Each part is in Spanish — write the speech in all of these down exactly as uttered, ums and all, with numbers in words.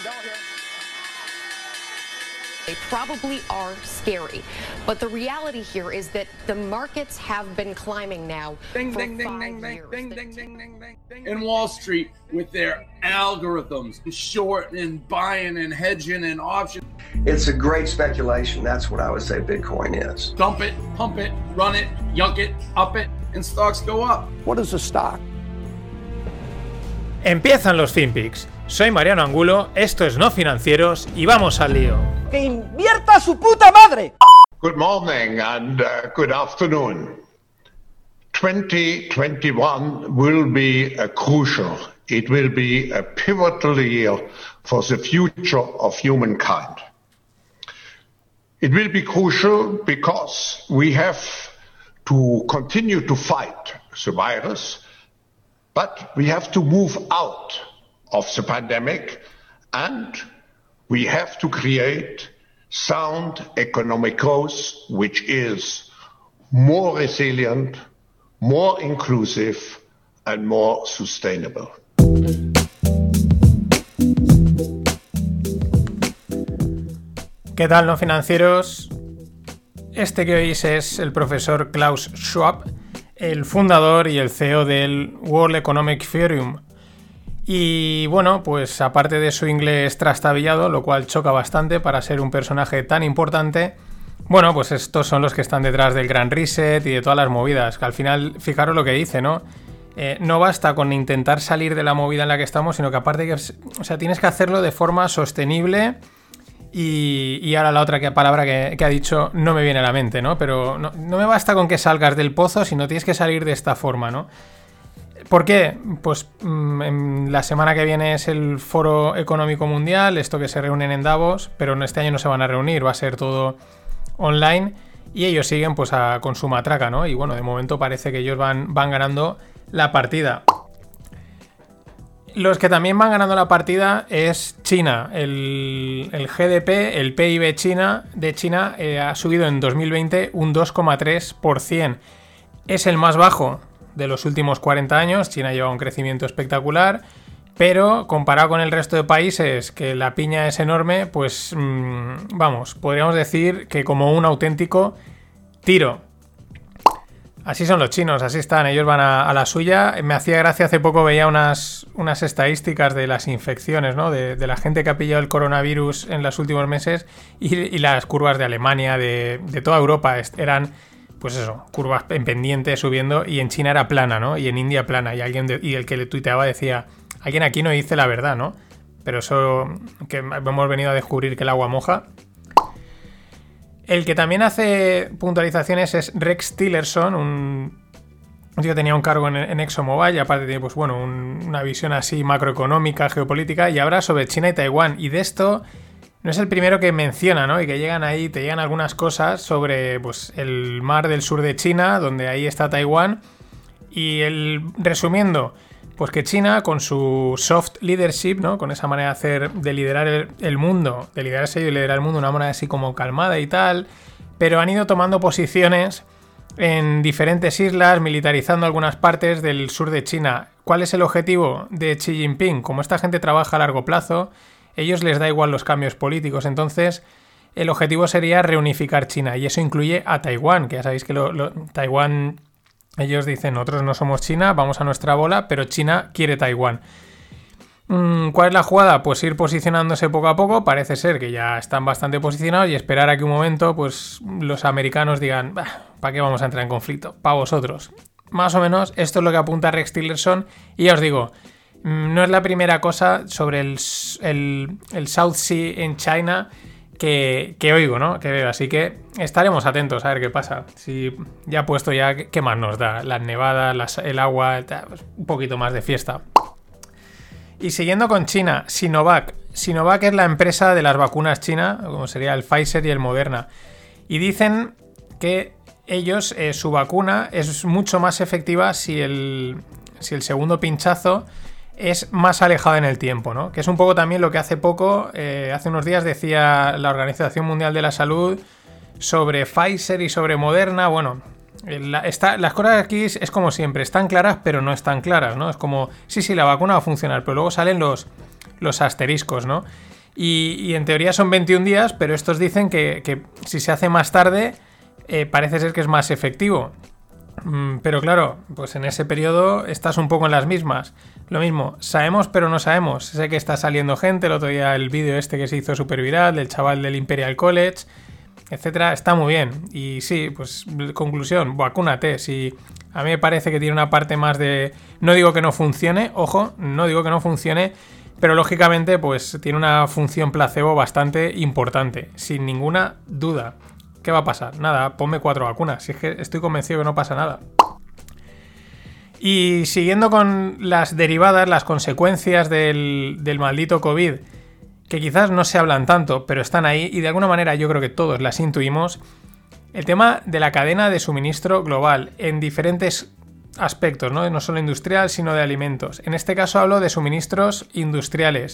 They probably are scary, but the reality here is that the markets have been climbing now ding, for ding, ding, five ding, years. ding, ding, ding, ding, ding, ding. In Wall Street with their algorithms, short and buying and hedging and options. It's a great speculation. That's what I would say Bitcoin is. Dump it, pump it, run it, yunk it, up it, and stocks go up. What is a stock? Empiezan los FinPix. Soy Mariano Angulo, esto es No Financieros y vamos al lío. ¡Que invierta su puta madre! Good morning and uh, good afternoon. twenty twenty-one will be a crucial, it will be a pivotal year for the future of humankind. It will be crucial because we have to continue to fight the virus, but we have to move out of the pandemic, and we have to create sound economic growth which is more resilient, more inclusive and more sustainable. ¿Qué tal, no financieros? Este que oís es el profesor Klaus Schwab, el fundador y el C E O del World Economic Forum. Y bueno, pues aparte de su inglés trastabillado, lo cual choca bastante para ser un personaje tan importante, bueno, pues estos son los que están detrás del Gran Reset y de todas las movidas, que al final, fijaros lo que dice, ¿no? Eh, no basta con intentar salir de la movida en la que estamos, sino que aparte que, o sea, tienes que hacerlo de forma sostenible y, y ahora la otra que, palabra que, que ha dicho no me viene a la mente, ¿no? Pero no, no me basta con que salgas del pozo, sino tienes que salir de esta forma, ¿no? ¿Por qué? Pues mmm, la semana que viene es el Foro Económico Mundial, esto que se reúnen en Davos, pero este año no se van a reunir, va a ser todo online y ellos siguen pues a, con su matraca, ¿no? Y bueno, de momento parece que ellos van, van ganando la partida. Los que también van ganando la partida es China. El, el G D P, el P I B China, de China eh, ha subido en dos mil veinte un dos coma tres por ciento. Es el más bajo de los últimos cuarenta años. China lleva un crecimiento espectacular, pero comparado con el resto de países, que la piña es enorme, pues mmm, vamos, podríamos decir que como un auténtico tiro. Así son los chinos, así están, ellos van a, a la suya. Me hacía gracia, hace poco veía unas, unas estadísticas de las infecciones, ¿no? De, de la gente que ha pillado el coronavirus en los últimos meses y, y las curvas de Alemania, de, de toda Europa, eran... Pues eso, curvas en pendiente subiendo, y en China era plana, ¿no? Y en India plana, y alguien de, y el que le tuiteaba decía, alguien aquí no dice la verdad, ¿no? Pero eso que hemos venido a descubrir que el agua moja. El que también hace puntualizaciones es Rex Tillerson, un, un tío que tenía un cargo en, en ExxonMobil, y aparte tiene, pues bueno, un, una visión así macroeconómica, geopolítica, y habla sobre China y Taiwán, y de esto... No es el primero que menciona, ¿no? Y que llegan ahí, te llegan algunas cosas sobre pues, el mar del sur de China, donde ahí está Taiwán. Y el, resumiendo, pues que China, con su soft leadership, ¿no? Con esa manera de hacer, de liderar el, el mundo, de liderarse y de liderar el mundo de una manera así como calmada y tal, pero han ido tomando posiciones en diferentes islas, militarizando algunas partes del sur de China. ¿Cuál es el objetivo de Xi Jinping? Como esta gente trabaja a largo plazo, ellos les da igual los cambios políticos, entonces el objetivo sería reunificar China, y eso incluye a Taiwán, que ya sabéis que lo, lo, Taiwán, ellos dicen, nosotros no somos China, vamos a nuestra bola, pero China quiere Taiwán. ¿Cuál es la jugada? Pues ir posicionándose poco a poco, parece ser que ya están bastante posicionados, y esperar a que un momento pues los americanos digan, ¿para qué vamos a entrar en conflicto? Para vosotros. Más o menos esto es lo que apunta Rex Tillerson, y ya os digo, no es la primera cosa sobre el, el, el South Sea en China que, que oigo, ¿no? Que veo, así que estaremos atentos a ver qué pasa. Si ya puesto ya, ¿qué más nos da? Las nevadas, las, el agua, pues un poquito más de fiesta. Y siguiendo con China, Sinovac. Sinovac es la empresa de las vacunas china, como sería el Pfizer y el Moderna. Y dicen que ellos, eh, su vacuna es mucho más efectiva si el, si el segundo pinchazo es más alejado en el tiempo, ¿no? Que es un poco también lo que hace poco, eh, hace unos días decía la Organización Mundial de la Salud sobre Pfizer y sobre Moderna. Bueno, la, está, las cosas aquí es, es como siempre, están claras pero no están claras, ¿no? Es como, sí, sí, la vacuna va a funcionar, pero luego salen los, los asteriscos, ¿no? Y, y en teoría son veintiún días, pero estos dicen que, que si se hace más tarde, eh, parece ser que es más efectivo. Mm, pero claro, pues en ese periodo estás un poco en las mismas. Lo mismo, sabemos pero no sabemos. Sé que está saliendo gente, el otro día el vídeo este que se hizo súper viral, del chaval del Imperial College, etcétera, está muy bien. Y sí, pues conclusión, vacúnate. Si a mí me parece que tiene una parte más de... No digo que no funcione, ojo, no digo que no funcione, pero lógicamente pues tiene una función placebo bastante importante, sin ninguna duda. ¿Qué va a pasar? Nada, ponme cuatro vacunas, si es que estoy convencido que no pasa nada. Y siguiendo con las derivadas, las consecuencias del, del maldito COVID, que quizás no se hablan tanto, pero están ahí y de alguna manera yo creo que todos las intuimos, el tema de la cadena de suministro global en diferentes aspectos, ¿no? No solo industrial, sino de alimentos. En este caso hablo de suministros industriales.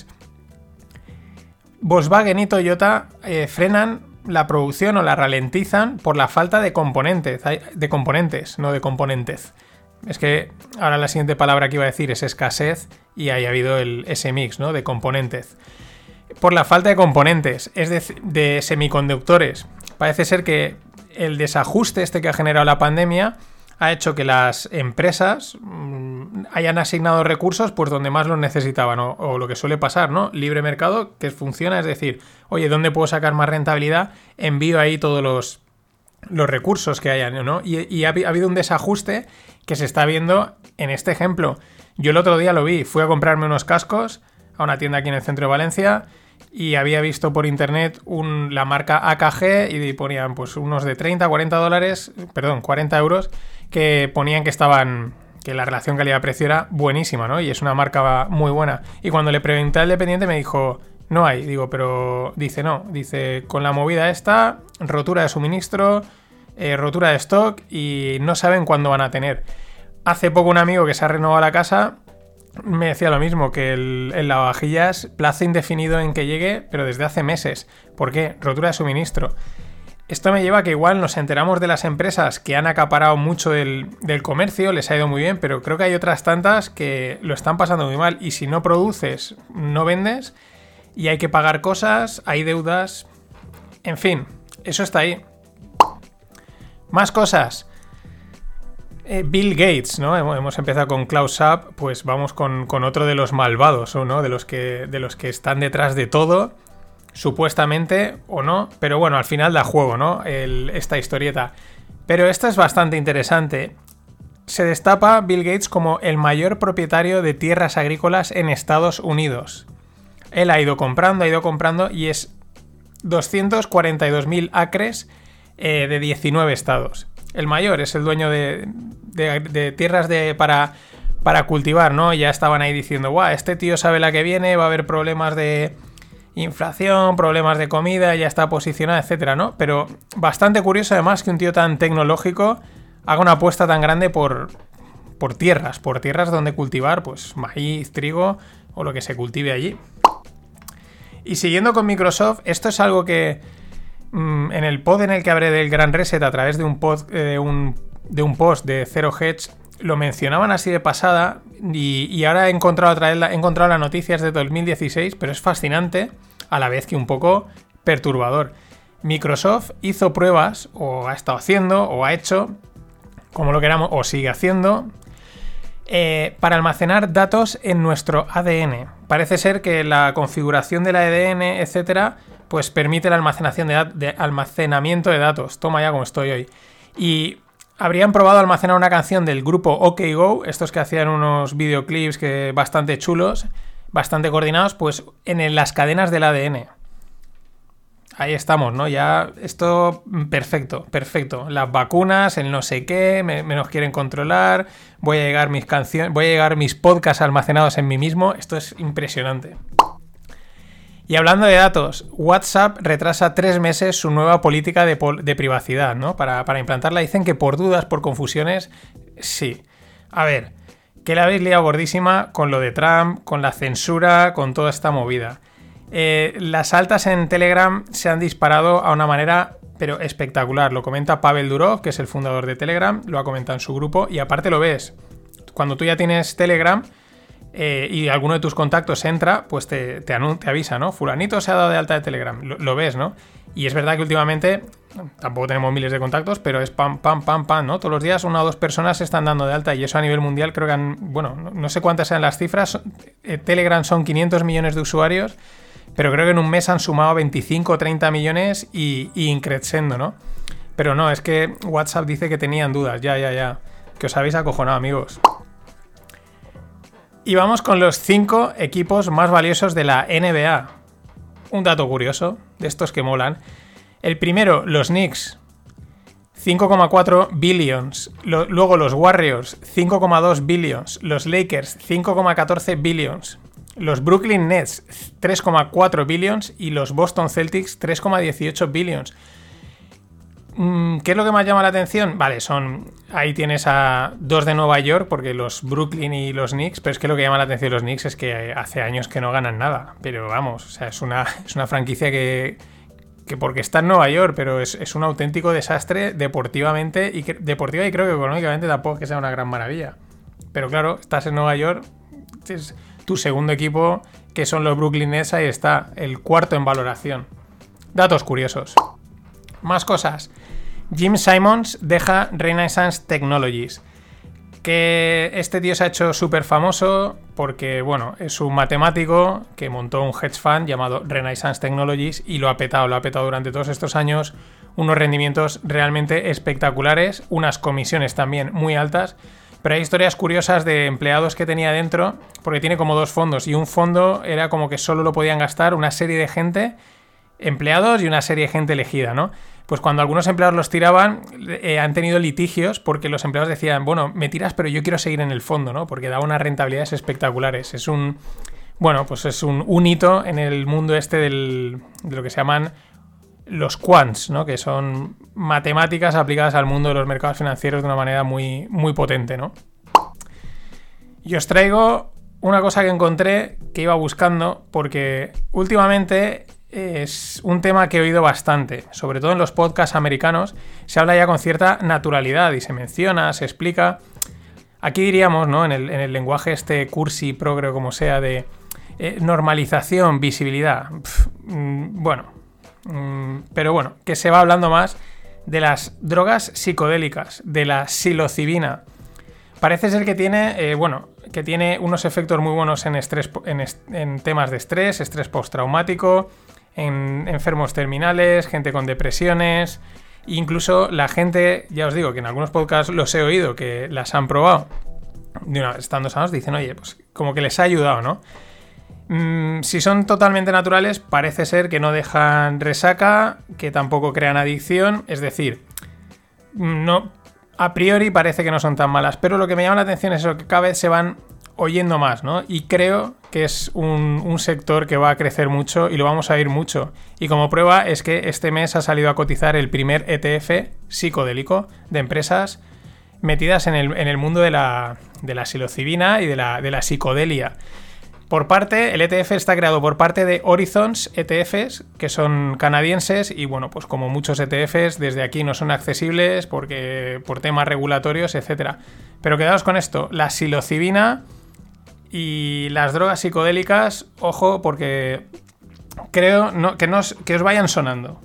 Volkswagen y Toyota eh, frenan la producción o la ralentizan por la falta de componentes, de componentes, no de componentes. Es que ahora la siguiente palabra que iba a decir es escasez y ahí ha habido el, ese mix, ¿no? De componentes. Por la falta de componentes, es de, de semiconductores. Parece ser que el desajuste este que ha generado la pandemia ha hecho que las empresas mmm, hayan asignado recursos pues donde más los necesitaban, o, o lo que suele pasar, ¿no? Libre mercado que funciona, es decir, oye, ¿dónde puedo sacar más rentabilidad? Envío ahí todos los, los recursos que hayan, ¿no? Y, y ha, ha habido un desajuste que se está viendo en este ejemplo. Yo el otro día lo vi, fui a comprarme unos cascos a una tienda aquí en el centro de Valencia y había visto por internet un, la marca A K G y ponían pues unos de treinta, cuarenta dólares, perdón, cuarenta euros, que ponían que estaban, que la relación calidad-precio era buenísima, ¿no? Y es una marca muy buena. Y cuando le pregunté al dependiente me dijo, no hay. Digo, pero dice no, dice, con la movida esta, rotura de suministro, eh, rotura de stock y no saben cuándo van a tener. Hace poco un amigo que se ha renovado la casa me decía lo mismo, que el, el lavavajillas plazo indefinido en que llegue, pero desde hace meses. ¿Por qué? Rotura de suministro. Esto me lleva a que igual nos enteramos de las empresas que han acaparado mucho del, del comercio, les ha ido muy bien, pero creo que hay otras tantas que lo están pasando muy mal y si no produces, no vendes y hay que pagar cosas, hay deudas, en fin, eso está ahí. Más cosas. Eh, Bill Gates, ¿no? Hemos empezado con Klaus Schwab, pues vamos con, con otro de los malvados, ¿no? De los que, de los que están detrás de todo. Supuestamente o no, pero bueno, al final da juego, ¿no? El, esta historieta. Pero esta es bastante interesante. Se destapa Bill Gates como el mayor propietario de tierras agrícolas en Estados Unidos. Él ha ido comprando, ha ido comprando y es doscientos cuarenta y dos mil acres eh, de diecinueve estados. El mayor es el dueño de, de, de tierras de, para, para cultivar, ¿no? Ya estaban ahí diciendo, guau, este tío sabe la que viene, va a haber problemas de inflación, problemas de comida, ya está posicionado, etcétera, ¿no? Pero bastante curioso además que un tío tan tecnológico haga una apuesta tan grande por, por tierras, por tierras donde cultivar, pues maíz, trigo o lo que se cultive allí. Y siguiendo con Microsoft, esto es algo que mmm, en el pod en el que hablé del Gran Reset a través de un, pod, eh, un, de un post de Zero Hedge, lo mencionaban así de pasada y, y ahora he encontrado, otra vez la, he encontrado la noticia de dos mil dieciséis, pero es fascinante a la vez que un poco perturbador. Microsoft hizo pruebas, o ha estado haciendo, o ha hecho, como lo queramos, o sigue haciendo, eh, para almacenar datos en nuestro A D N. Parece ser que la configuración del A D N, etcétera, pues permite la almacenación de, de almacenamiento de datos. Toma ya como estoy hoy. Y habrían probado almacenar una canción del grupo OK Go, estos que hacían unos videoclips que bastante chulos, bastante coordinados, pues en las cadenas del A D N. Ahí estamos, ¿no? Ya esto perfecto, perfecto. Las vacunas, el no sé qué, me, me nos quieren controlar, voy a llegar mis canciones, voy a llegar mis podcasts almacenados en mí mismo. Esto es impresionante. Y hablando de datos, WhatsApp retrasa tres meses su nueva política de, pol- de privacidad, ¿no? Para, para implantarla. Dicen que por dudas, por confusiones, sí. A ver, que la habéis liado gordísima con lo de Trump, con la censura, con toda esta movida. Eh, las altas en Telegram se han disparado a una manera, pero espectacular. Lo comenta Pavel Durov, que es el fundador de Telegram, lo ha comentado en su grupo, y aparte lo ves. Cuando tú ya tienes Telegram, eh, y alguno de tus contactos entra, pues te, te, anun- te avisa, ¿no? Fulanito se ha dado de alta de Telegram, lo, lo ves, ¿no? Y es verdad que últimamente, tampoco tenemos miles de contactos, pero es pam, pam, pam, pam, ¿no? Todos los días una o dos personas se están dando de alta y eso a nivel mundial creo que han, bueno, no, no sé cuántas sean las cifras, eh, Telegram son quinientos millones de usuarios, pero creo que en un mes han sumado veinticinco o treinta millones y, y increciendo, ¿no? Pero no, es que WhatsApp dice que tenían dudas, ya, ya, ya, que os habéis acojonado, amigos. Y vamos con los cinco equipos más valiosos de la N B A. Un dato curioso, de estos que molan. El primero, los Knicks, cinco coma cuatro billions. Lo, luego los Warriors, cinco coma dos billions. Los Lakers, cinco coma catorce billions. Los Brooklyn Nets, tres coma cuatro billions. Y los Boston Celtics, tres coma dieciocho billions. ¿Qué es lo que más llama la atención? Vale, son... Ahí tienes a dos de Nueva York, porque los Brooklyn y los Knicks, pero es que lo que llama la atención de los Knicks es que hace años que no ganan nada. Pero vamos, o sea, es una, es una franquicia que, que porque está en Nueva York, pero es, es un auténtico desastre deportivamente y, deportiva y creo que económicamente tampoco es que sea una gran maravilla. Pero claro, estás en Nueva York, es tu segundo equipo, que son los Brooklyn Nets, ahí está, el cuarto en valoración. Datos curiosos. Más cosas. Jim Simons deja Renaissance Technologies. Que este tío se ha hecho súper famoso porque, bueno, es un matemático que montó un hedge fund llamado Renaissance Technologies y lo ha petado, lo ha petado durante todos estos años. Unos rendimientos realmente espectaculares, unas comisiones también muy altas. Pero hay historias curiosas de empleados que tenía dentro, porque tiene como dos fondos. Y un fondo era como que solo lo podían gastar una serie de gente, empleados y una serie de gente elegida, ¿no? Pues cuando algunos empleados los tiraban, eh, han tenido litigios porque los empleados decían, bueno, me tiras, pero yo quiero seguir en el fondo, ¿no? Porque da unas rentabilidades espectaculares. Es un, bueno, pues es un, un hito en el mundo este del, de lo que se llaman los quants, ¿no? Que son matemáticas aplicadas al mundo de los mercados financieros de una manera muy, muy potente, ¿no? Y os traigo una cosa que encontré que iba buscando porque últimamente... es un tema que he oído bastante, sobre todo en los podcasts americanos, se habla ya con cierta naturalidad y se menciona, se explica. Aquí diríamos, ¿no? En el, en el lenguaje este cursi, progre, como sea, de eh, normalización, visibilidad. Pff, mmm, bueno, mmm, pero bueno, que se va hablando más de las drogas psicodélicas, de la psilocibina. Parece ser que tiene, eh, bueno, que tiene unos efectos muy buenos en, estrés, en, en temas de estrés, estrés postraumático, en enfermos terminales, gente con depresiones, incluso la gente, ya os digo que en algunos podcasts los he oído que las han probado, de una vez estando sanos, dicen, oye, pues como que les ha ayudado, ¿no? Mm, si son totalmente naturales, parece ser que no dejan resaca, que tampoco crean adicción, es decir, no, a priori parece que no son tan malas, pero lo que me llama la atención es eso, que cada vez se van oyendo más, ¿no? Y creo que es un, un sector que va a crecer mucho y lo vamos a oír mucho. Y como prueba es que este mes ha salido a cotizar el primer E T F psicodélico de empresas metidas en el, en el mundo de la, de la psilocibina y de la, de la psicodelia. Por parte, el E T F está creado por parte de Horizons E T Fs, que son canadienses, y bueno, pues como muchos E T Fs, desde aquí no son accesibles porque por temas regulatorios, etcétera. Pero quedaos con esto, la psilocibina y las drogas psicodélicas, ojo, porque creo no, que, nos, que os vayan sonando.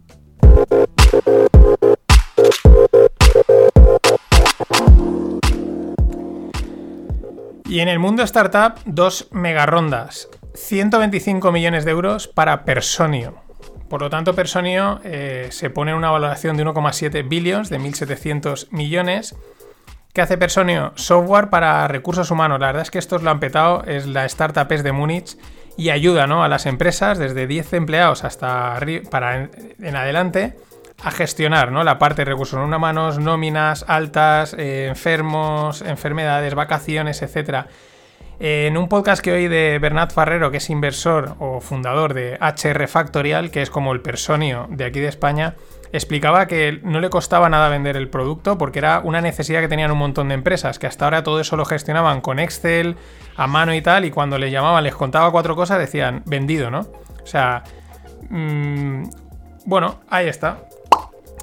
Y en el mundo startup, dos mega rondas. ciento veinticinco millones de euros para Personio. Por lo tanto, Personio eh, se pone en una valoración de uno coma siete billions, de mil setecientos millones. ¿Qué hace Personio? Software para recursos humanos. La verdad es que estos lo han petado, es la startup es de Múnich y ayuda, ¿no?, a las empresas desde diez empleados hasta para en, en adelante a gestionar, ¿no?, la parte de recursos humanos, nóminas, altas, eh, enfermos, enfermedades, vacaciones, etcétera. Eh, en un podcast que oí de Bernat Farrero, que es inversor o fundador de H R Factorial, que es como el Personio de aquí de España, explicaba que no le costaba nada vender el producto porque era una necesidad que tenían un montón de empresas, que hasta ahora todo eso lo gestionaban con Excel, a mano y tal, y cuando les llamaban, les contaba cuatro cosas, decían, vendido, ¿no? O sea, mmm, bueno, ahí está.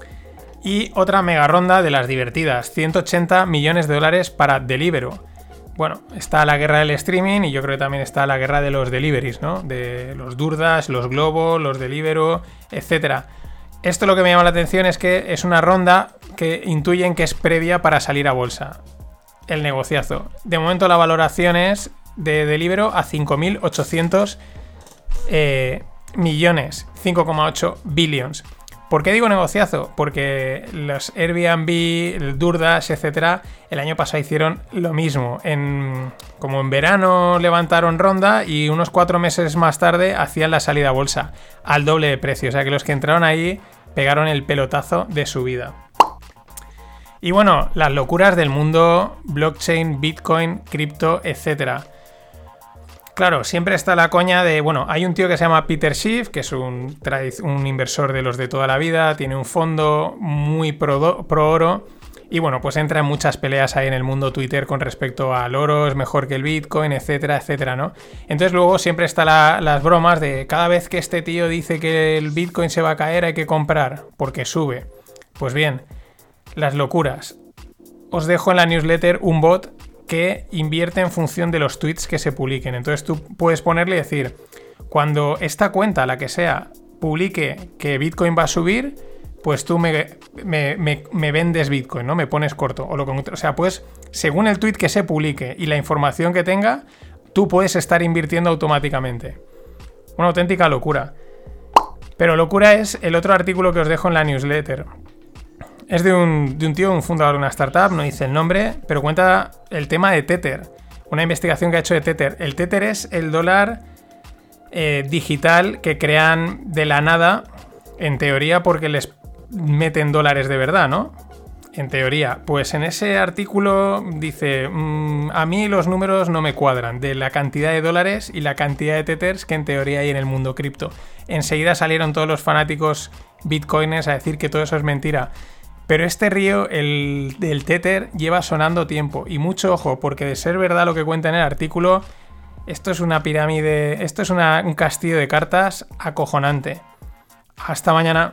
Y otra mega ronda de las divertidas, ciento ochenta millones de dólares para Deliveroo. bueno, está la guerra del streaming y yo creo que también está la guerra de los deliveries, ¿no? De los Durdas, los Globo, los Deliveroo, etcétera. Esto lo que me llama la atención es que es una ronda que intuyen que es previa para salir a bolsa. El negociazo. De momento la valoración es de Deliveroo a cinco mil ochocientos eh, millones, cinco coma ocho billions. ¿Por qué digo negociazo? Porque los Airbnb, el Durdash, etcétera, el año pasado hicieron lo mismo. En, como en verano levantaron ronda y unos cuatro meses más tarde hacían la salida a bolsa al doble de precio. O sea que los que entraron ahí pegaron el pelotazo de su vida. Y bueno, las locuras del mundo blockchain, Bitcoin, cripto, etcétera. Claro, siempre está la coña de, bueno, hay un tío que se llama Peter Schiff, que es un, un inversor de los de toda la vida, tiene un fondo muy pro, pro oro, y bueno, pues entra en muchas peleas ahí en el mundo Twitter con respecto al oro, es mejor que el Bitcoin, etcétera, etcétera, ¿no? Entonces luego siempre está la, las bromas de cada vez que este tío dice que el Bitcoin se va a caer hay que comprar, porque sube. Pues bien, las locuras. Os dejo en la newsletter un bot que invierte en función de los tweets que se publiquen. Entonces tú puedes ponerle y decir, cuando esta cuenta, la que sea, publique que Bitcoin va a subir, pues tú me, me, me, me vendes Bitcoin, ¿no? Me pones corto. O, lo, o sea, pues según el tweet que se publique y la información que tenga, tú puedes estar invirtiendo automáticamente. Una auténtica locura. Pero locura es el otro artículo que os dejo en la newsletter. Es de un, de un tío, un fundador de una startup, no dice el nombre, pero cuenta el tema de Tether. Una investigación que ha hecho de Tether. El Tether es el dólar eh, digital que crean de la nada, en teoría porque les meten dólares de verdad, ¿no? En teoría. Pues en ese artículo dice, mmm, a mí los números no me cuadran de la cantidad de dólares y la cantidad de Tethers que en teoría hay en el mundo cripto. Enseguida salieron todos los fanáticos bitcoiners a decir que todo eso es mentira. Pero este río, el del Tether, lleva sonando tiempo. Y mucho ojo, porque de ser verdad lo que cuenta en el artículo, esto es una pirámide, esto es una, un castillo de cartas acojonante. Hasta mañana.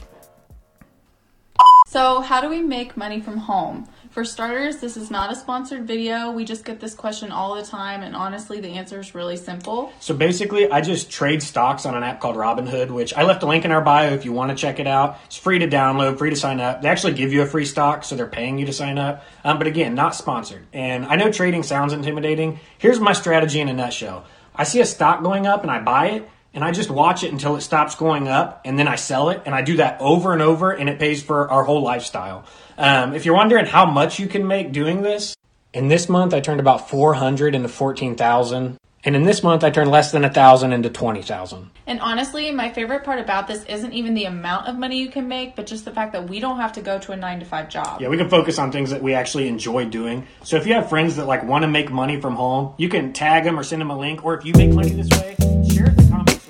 So, how do we make money from home? For starters, this is not a sponsored video. We just get this question all the time, and honestly, the answer is really simple. So basically, I just trade stocks on an app called Robinhood, which I left a link in our bio if you want to check it out. It's free to download, free to sign up. They actually give you a free stock, so they're paying you to sign up. Um, but again, not sponsored. And I know trading sounds intimidating. Here's my strategy in a nutshell. I see a stock going up and I buy it, and I just watch it until it stops going up, and then I sell it, and I do that over and over, and it pays for our whole lifestyle. Um, if you're wondering how much you can make doing this, in this month I turned about four hundred into fourteen thousand, and in this month I turned less than one thousand into twenty thousand. And honestly, my favorite part about this isn't even the amount of money you can make, but just the fact that we don't have to go to a nine to five job. Yeah, we can focus on things that we actually enjoy doing. So if you have friends that like want to make money from home, you can tag them or send them a link, or if you make money this way, share it in the comments.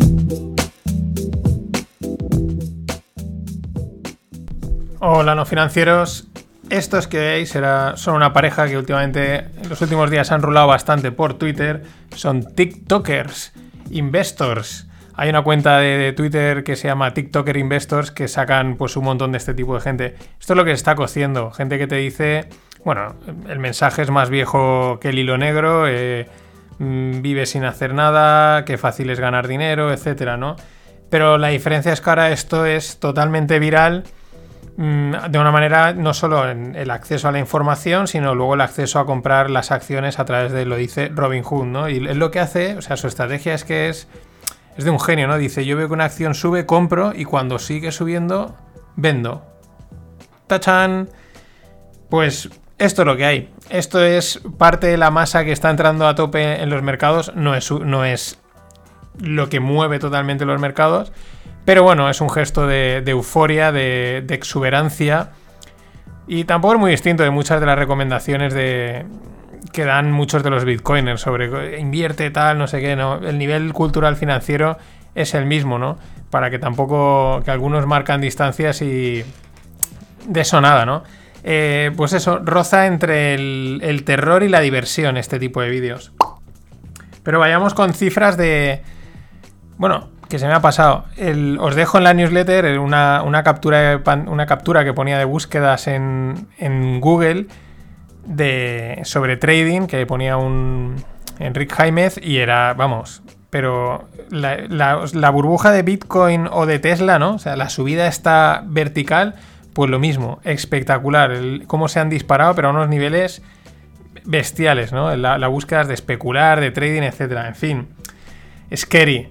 Hola, no financieros. Estos que veis era, son una pareja que últimamente, en los últimos días han rulado bastante por Twitter. Son TikTokers, Investors. Hay una cuenta de, de Twitter que se llama TikToker Investors que sacan pues un montón de este tipo de gente. Esto es lo que se está cociendo. Gente que te dice, bueno, el mensaje es más viejo que el hilo negro, eh, vive sin hacer nada, qué fácil es ganar dinero, etcétera, ¿no? Pero la diferencia es que ahora esto es totalmente viral, de una manera no solo en el acceso a la información, sino luego el acceso a comprar las acciones a través de, lo dice Robinhood, ¿no? Y él lo que hace, o sea, su estrategia es que es, es de un genio, ¿no? Dice, yo veo que una acción sube, compro, y cuando sigue subiendo, vendo. ¡Tachán! Pues esto es lo que hay. Esto es parte de la masa que está entrando a tope en los mercados. No es, no es lo que mueve totalmente los mercados, pero bueno, es un gesto de, de euforia, de, de exuberancia, y tampoco es muy distinto de muchas de las recomendaciones de, que dan muchos de los bitcoiners sobre invierte tal, no sé qué, ¿no? El nivel cultural financiero es el mismo, ¿no? Para que tampoco, que algunos marcan distancias y de eso nada, ¿no? Eh, pues eso, roza entre el, el terror y la diversión este tipo de vídeos. Pero vayamos con cifras de... Bueno, que se me ha pasado. El, os dejo en la newsletter una, una, captura de pan, una captura que ponía de búsquedas en, en Google de sobre trading que ponía un Enrique Jaimez y era, vamos, pero la, la, la burbuja de Bitcoin o de Tesla, ¿no? O sea, la subida está vertical, pues lo mismo, espectacular, el, cómo se han disparado, pero a unos niveles bestiales, ¿no? La, la búsqueda de especular, de trading, etcétera. En fin, scary.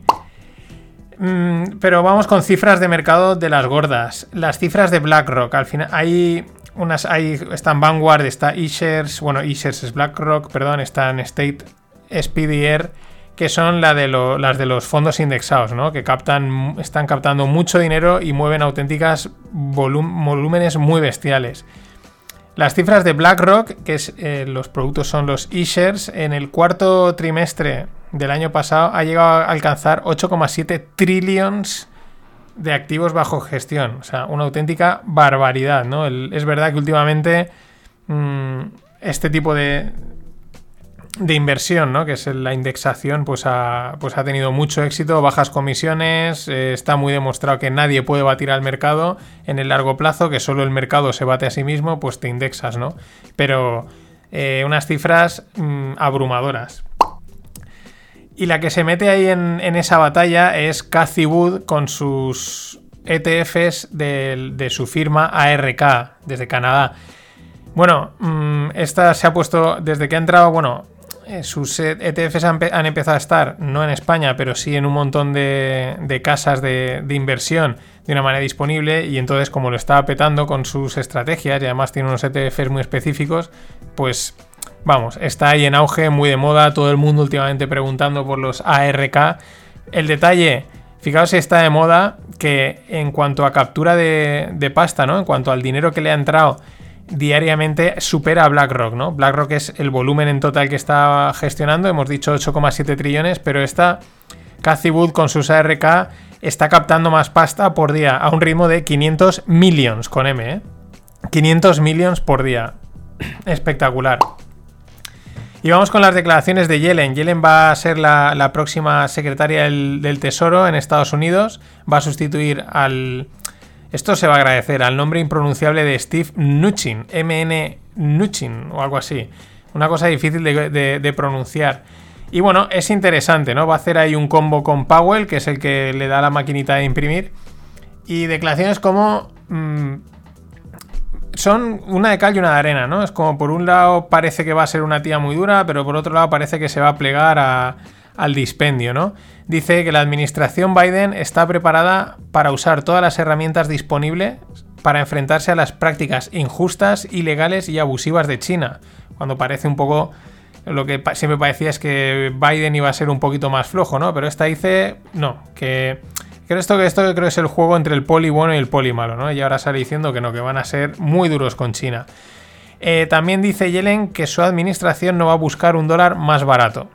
Mm, pero vamos con cifras de mercado de las gordas. Las cifras de BlackRock, al final hay unas, hay, está en Vanguard, está eShares, bueno, eShares es BlackRock, perdón, está en State S P D R, que son la de lo, las de los fondos indexados, ¿no? Que captan, están captando mucho dinero y mueven auténticas volum, volúmenes muy bestiales. Las cifras de BlackRock, que es, eh, los productos son los eShares, en el cuarto trimestre del año pasado ha llegado a alcanzar ocho coma siete trillones de activos bajo gestión. O sea, una auténtica barbaridad, ¿no? El, es verdad que últimamente mmm, este tipo de, de inversión, ¿no? Que es la indexación, pues ha, pues ha tenido mucho éxito, bajas comisiones, eh, está muy demostrado que nadie puede batir al mercado en el largo plazo, que solo el mercado se bate a sí mismo, pues te indexas, ¿no? Pero eh, unas cifras mmm, abrumadoras. Y la que se mete ahí en, en esa batalla es Cathie Wood con sus E T Fs de, de su firma A R K desde Canadá. Bueno, mmm, esta se ha puesto desde que ha entrado, bueno, eh, sus E T Fs han, han empezado a estar, no en España, pero sí en un montón de, de casas de, de inversión de una manera disponible, y entonces como lo estaba petando con sus estrategias y además tiene unos E T Fs muy específicos, pues... Vamos, está ahí en auge, muy de moda, todo el mundo últimamente preguntando por los A R K. El detalle, fijaos si está de moda, que en cuanto a captura de, de pasta, ¿no? En cuanto al dinero que le ha entrado diariamente, supera a BlackRock, ¿no? BlackRock es el volumen en total que está gestionando, hemos dicho ocho coma siete trillones, pero esta Cathie Wood con sus A R K está captando más pasta por día a un ritmo de quinientos millions con M, ¿eh? quinientos millions por día. Espectacular. Y vamos con las declaraciones de Yellen. Yellen va a ser la, la próxima secretaria del, del Tesoro en Estados Unidos. Va a sustituir al... Esto se va a agradecer, al nombre impronunciable de Steve Mnuchin. M N Mnuchin o algo así. Una cosa difícil de, de, de pronunciar. Y bueno, es interesante, ¿no? Va a hacer ahí un combo con Powell, que es el que le da la maquinita de imprimir. Y declaraciones como... Mmm, son una de cal y una de arena, ¿no? Es como por un lado parece que va a ser una tía muy dura, pero por otro lado parece que se va a plegar a, al dispendio, ¿no? Dice que la administración Biden está preparada para usar todas las herramientas disponibles para enfrentarse a las prácticas injustas, ilegales y abusivas de China. Cuando parece un poco... Lo que siempre parecía es que Biden iba a ser un poquito más flojo, ¿no? Pero esta dice... No, que... Creo esto que esto que creo es el juego entre el poli bueno y el poli malo, ¿no? Y ahora sale diciendo que no, que van a ser muy duros con China. Eh, también dice Yellen que su administración no va a buscar un dólar más barato.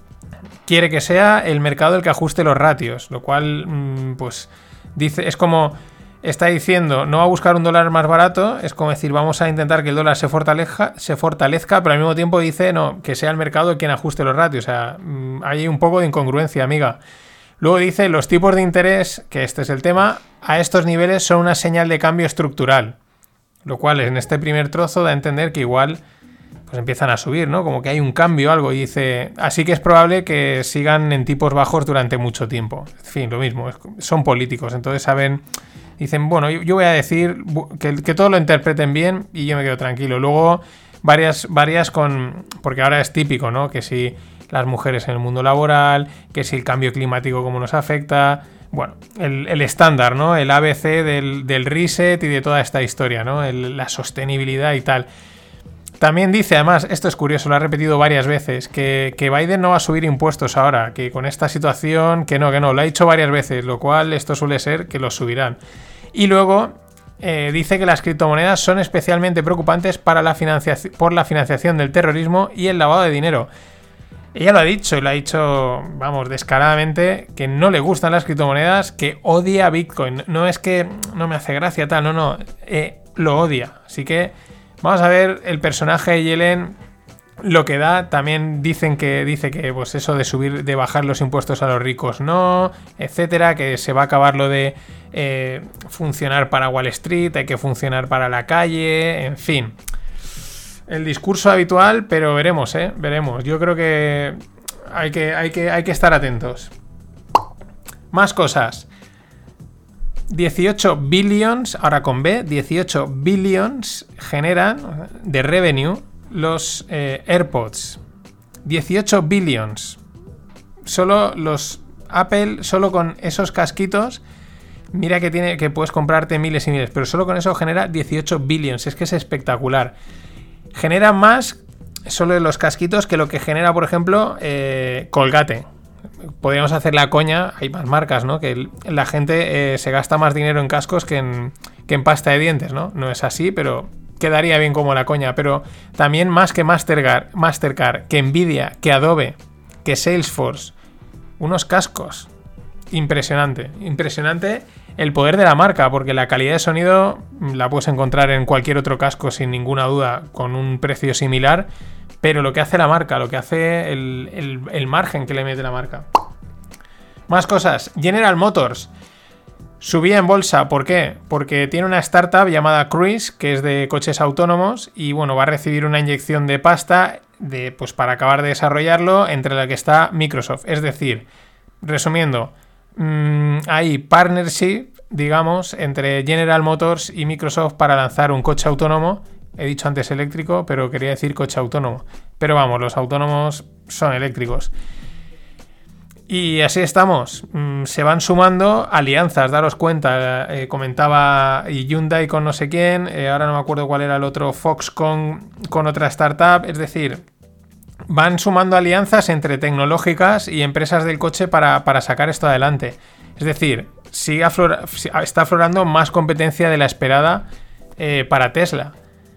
Quiere que sea el mercado el que ajuste los ratios, lo cual, mmm, pues, dice, es como, está diciendo, no va a buscar un dólar más barato, es como decir, vamos a intentar que el dólar se fortalezca, se fortalezca, pero al mismo tiempo dice, no, que sea el mercado quien ajuste los ratios. O sea, mmm, hay un poco de incongruencia, amiga. Luego dice, los tipos de interés, que este es el tema, a estos niveles son una señal de cambio estructural. Lo cual en este primer trozo da a entender que igual pues empiezan a subir, ¿no? Como que hay un cambio o algo. Y dice, así que es probable que sigan en tipos bajos durante mucho tiempo. En fin, lo mismo, son políticos, entonces saben... Dicen, bueno, yo voy a decir que, que todo lo interpreten bien y yo me quedo tranquilo. Luego, varias, varias con... Porque ahora es típico, ¿no? Que si... las mujeres en el mundo laboral, que si el cambio climático cómo nos afecta, bueno, el, el estándar, ¿no? El A B C del, del reset y de toda esta historia, ¿no? El, la sostenibilidad y tal. También dice, además, esto es curioso, lo ha repetido varias veces, que, que Biden no va a subir impuestos ahora, que con esta situación, que no, que no, lo ha dicho varias veces, lo cual esto suele ser que los subirán. Y luego... Eh, dice que las criptomonedas son especialmente preocupantes para la financiación, por la financiación del terrorismo y el lavado de dinero. Ella lo ha dicho, y lo ha dicho, vamos, descaradamente, que no le gustan las criptomonedas, que odia Bitcoin. No es que no me hace gracia, tal, no, no, eh, lo odia. Así que vamos a ver el personaje de Yellen, lo que da. También dicen que dice que pues eso de subir, de bajar los impuestos a los ricos no, etcétera, que se va a acabar lo de eh, funcionar para Wall Street, hay que funcionar para la calle, en fin. El discurso habitual, pero veremos, ¿eh? Veremos. Yo creo que hay que, hay que, hay que estar atentos. Más cosas. dieciocho billions, ahora con B, dieciocho billions generan de revenue los eh, AirPods. dieciocho billions. Solo los Apple, solo con esos casquitos, mira que tiene que puedes comprarte miles y miles, pero solo con eso genera dieciocho billions. Es que es espectacular. Genera más solo los casquitos que lo que genera, por ejemplo, eh, Colgate. Podríamos hacer la coña, hay más marcas, ¿no? Que la gente eh, se gasta más dinero en cascos que en, que en pasta de dientes, ¿no? No es así, pero quedaría bien como la coña. Pero también más que Mastercard, Mastercard, que Nvidia, que Adobe, que Salesforce. Unos cascos. Impresionante, impresionante el poder de la marca, porque la calidad de sonido la puedes encontrar en cualquier otro casco sin ninguna duda, con un precio similar. Pero lo que hace la marca, lo que hace el, el, el margen que le mete la marca. Más cosas. General Motors subía en bolsa. ¿Por qué? Porque tiene una startup llamada Cruise, que es de coches autónomos, y bueno, va a recibir una inyección de pasta de, pues, para acabar de desarrollarlo, entre la que está Microsoft. Es decir, resumiendo, mmm, hay partnership, digamos, entre General Motors y Microsoft para lanzar un coche autónomo. He dicho antes eléctrico, pero quería decir coche autónomo. Pero vamos, los autónomos son eléctricos. Y así estamos. Mm, se van sumando alianzas, daros cuenta. Eh, comentaba Hyundai con no sé quién. Eh, ahora no me acuerdo cuál era el otro. Foxconn con otra startup. Es decir, van sumando alianzas entre tecnológicas y empresas del coche para, para sacar esto adelante. Es decir, sigue aflora, está aflorando más competencia de la esperada eh, para Tesla.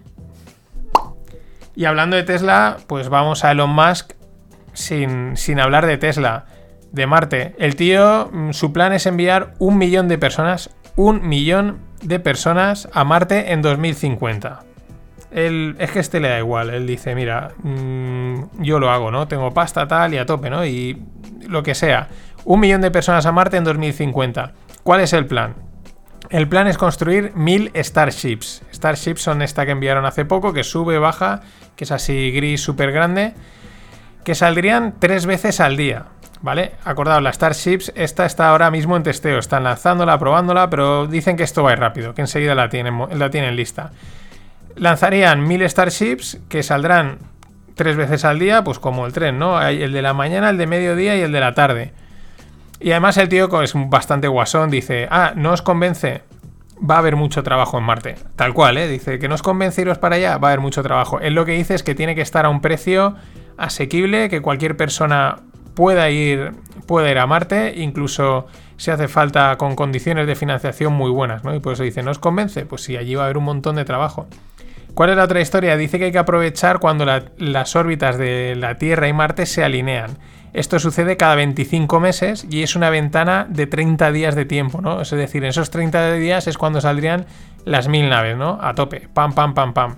Y hablando de Tesla, pues vamos a Elon Musk sin, sin hablar de Tesla, de Marte. El tío, su plan es enviar un millón de personas, un millón de personas a Marte en dos mil cincuenta. Él, es que este le da igual, él dice, mira, mmm, yo lo hago, ¿no? Tengo pasta tal y a tope, ¿no? Y lo que sea. Un millón de personas a Marte en dos mil cincuenta. ¿Cuál es el plan? El plan es construir mil Starships. Starships son esta que enviaron hace poco, que sube, baja, que es así gris súper grande, que saldrían tres veces al día, ¿vale? Acordaos, la Starships, esta está ahora mismo en testeo, están lanzándola, probándola, pero dicen que esto va a ir rápido, que enseguida la tienen, la tienen lista. Lanzarían mil Starships que saldrán tres veces al día, pues como el tren, ¿no? Hay el de la mañana, el de mediodía y el de la tarde. Y además el tío es bastante guasón, dice, ah, ¿no os convence? Va a haber mucho trabajo en Marte. Tal cual, ¿eh? Dice, que no os convence iros para allá, va a haber mucho trabajo. Él lo que dice es que tiene que estar a un precio asequible, que cualquier persona pueda ir, pueda ir a Marte, incluso si hace falta con condiciones de financiación muy buenas, ¿no? Y por eso dice, ¿no os convence? Pues sí, allí va a haber un montón de trabajo. ¿Cuál es la otra historia? Dice que hay que aprovechar cuando la, las órbitas de la Tierra y Marte se alinean. Esto sucede cada veinticinco meses y es una ventana de treinta días de tiempo, ¿no? Es decir, en esos treinta días es cuando saldrían las mil naves, ¿no? A tope. Pam, pam, pam, pam.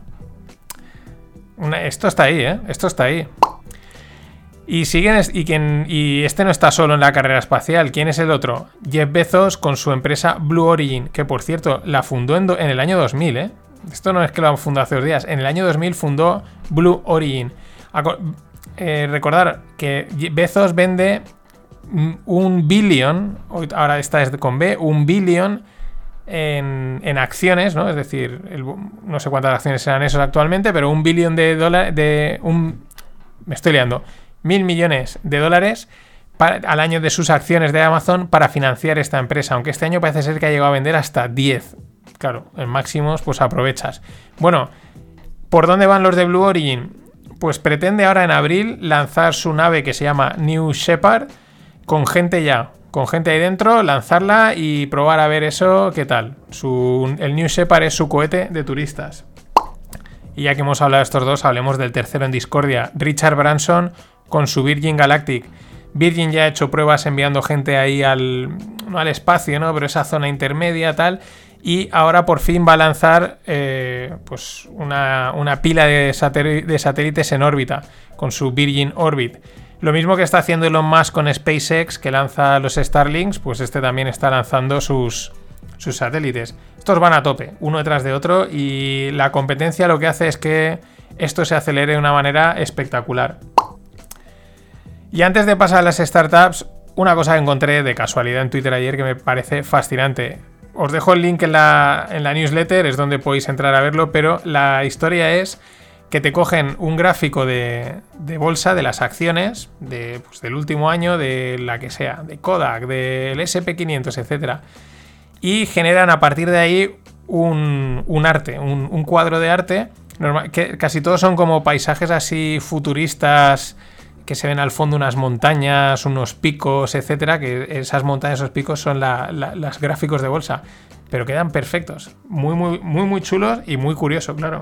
Una, esto está ahí, ¿eh? Esto está ahí. Y siguen y, quien, y este no está solo en la carrera espacial. ¿Quién es el otro? Jeff Bezos con su empresa Blue Origin, que por cierto la fundó en, do, en el año dos mil, ¿eh? Esto no es que lo fundó hace dos días. En el año dos mil fundó Blue Origin. Aco Eh, recordar que Bezos vende un billón, ahora esta es con B, un billón en, en acciones, ¿no? Es decir, el, no sé cuántas acciones serán esos actualmente, pero un billón de dólares, de un, me estoy liando, mil millones de dólares para, al año de sus acciones de Amazon para financiar esta empresa, aunque este año parece ser que ha llegado a vender hasta diez. Claro, en máximos pues aprovechas. Bueno, ¿por dónde van los de Blue Origin? Pues pretende ahora en abril lanzar su nave que se llama New Shepard con gente ya, con gente ahí dentro, lanzarla y probar a ver eso, ¿qué tal? Su, el New Shepard es su cohete de turistas. Y ya que hemos hablado de estos dos, hablemos del tercero en discordia, Richard Branson con su Virgin Galactic. Virgin ya ha hecho pruebas enviando gente ahí al, no al espacio, ¿no? Pero esa zona intermedia, tal. Y ahora por fin va a lanzar eh, pues una, una pila de, de satélites en órbita con su Virgin Orbit. Lo mismo que está haciendo Elon Musk con SpaceX, que lanza los Starlinks, pues este también está lanzando sus, sus satélites. Estos van a tope, uno detrás de otro, y la competencia lo que hace es que esto se acelere de una manera espectacular. Y antes de pasar a las startups, una cosa que encontré de casualidad en Twitter ayer que me parece fascinante. Os dejo el link en la, en la newsletter, es donde podéis entrar a verlo, pero la historia es que te cogen un gráfico de, de bolsa de las acciones de, pues, del último año, de la que sea, de Kodak, del ese and pe quinientos, etcétera. Y generan a partir de ahí un, un arte, un, un cuadro de arte, normal, que casi todos son como paisajes así futuristas, que se ven al fondo unas montañas, unos picos, etcétera, que esas montañas, esos picos son la, la, las gráficos de bolsa, pero quedan perfectos, muy, muy, muy, muy chulos y muy curioso, claro.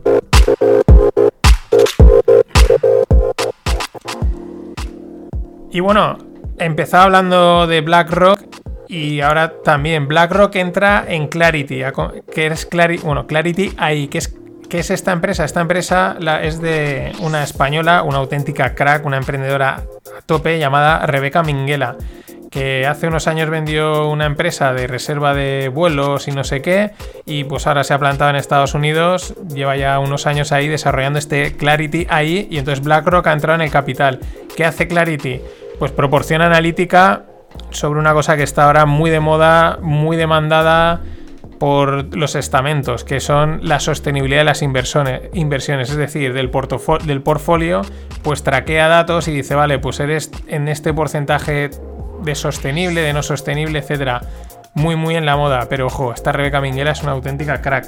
Y bueno, empezaba hablando de BlackRock y ahora también BlackRock entra en Clarity, que es Clarity, bueno, Clarity ahí, que es ¿qué es esta empresa? Esta empresa la, es de una española, una auténtica crack, una emprendedora a tope llamada Rebeca Minguela, que hace unos años vendió una empresa de reserva de vuelos y no sé qué, y pues ahora se ha plantado en Estados Unidos, lleva ya unos años ahí desarrollando este Clarity ahí, y entonces BlackRock ha entrado en el capital. ¿Qué hace Clarity? Pues proporciona analítica sobre una cosa que está ahora muy de moda, muy demandada por los estamentos, que son la sostenibilidad de las inversiones, es decir, del, del portfolio, pues traquea datos y dice, vale, pues eres en este porcentaje de sostenible, de no sostenible, etcétera. Muy, muy en la moda, pero ojo, esta Rebeca Minguela es una auténtica crack.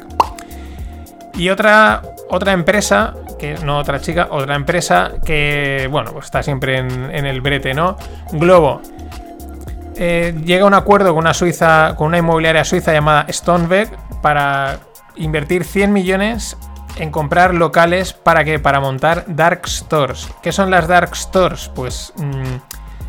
Y otra, otra empresa, que no otra chica, otra empresa que, bueno, pues está siempre en, en el brete, ¿no? Globo. Eh, llega a un acuerdo con una suiza, con una inmobiliaria suiza llamada Stonebeck para invertir cien millones en comprar locales. ¿Para qué? Para montar dark stores. ¿Qué son las dark stores? Pues mmm,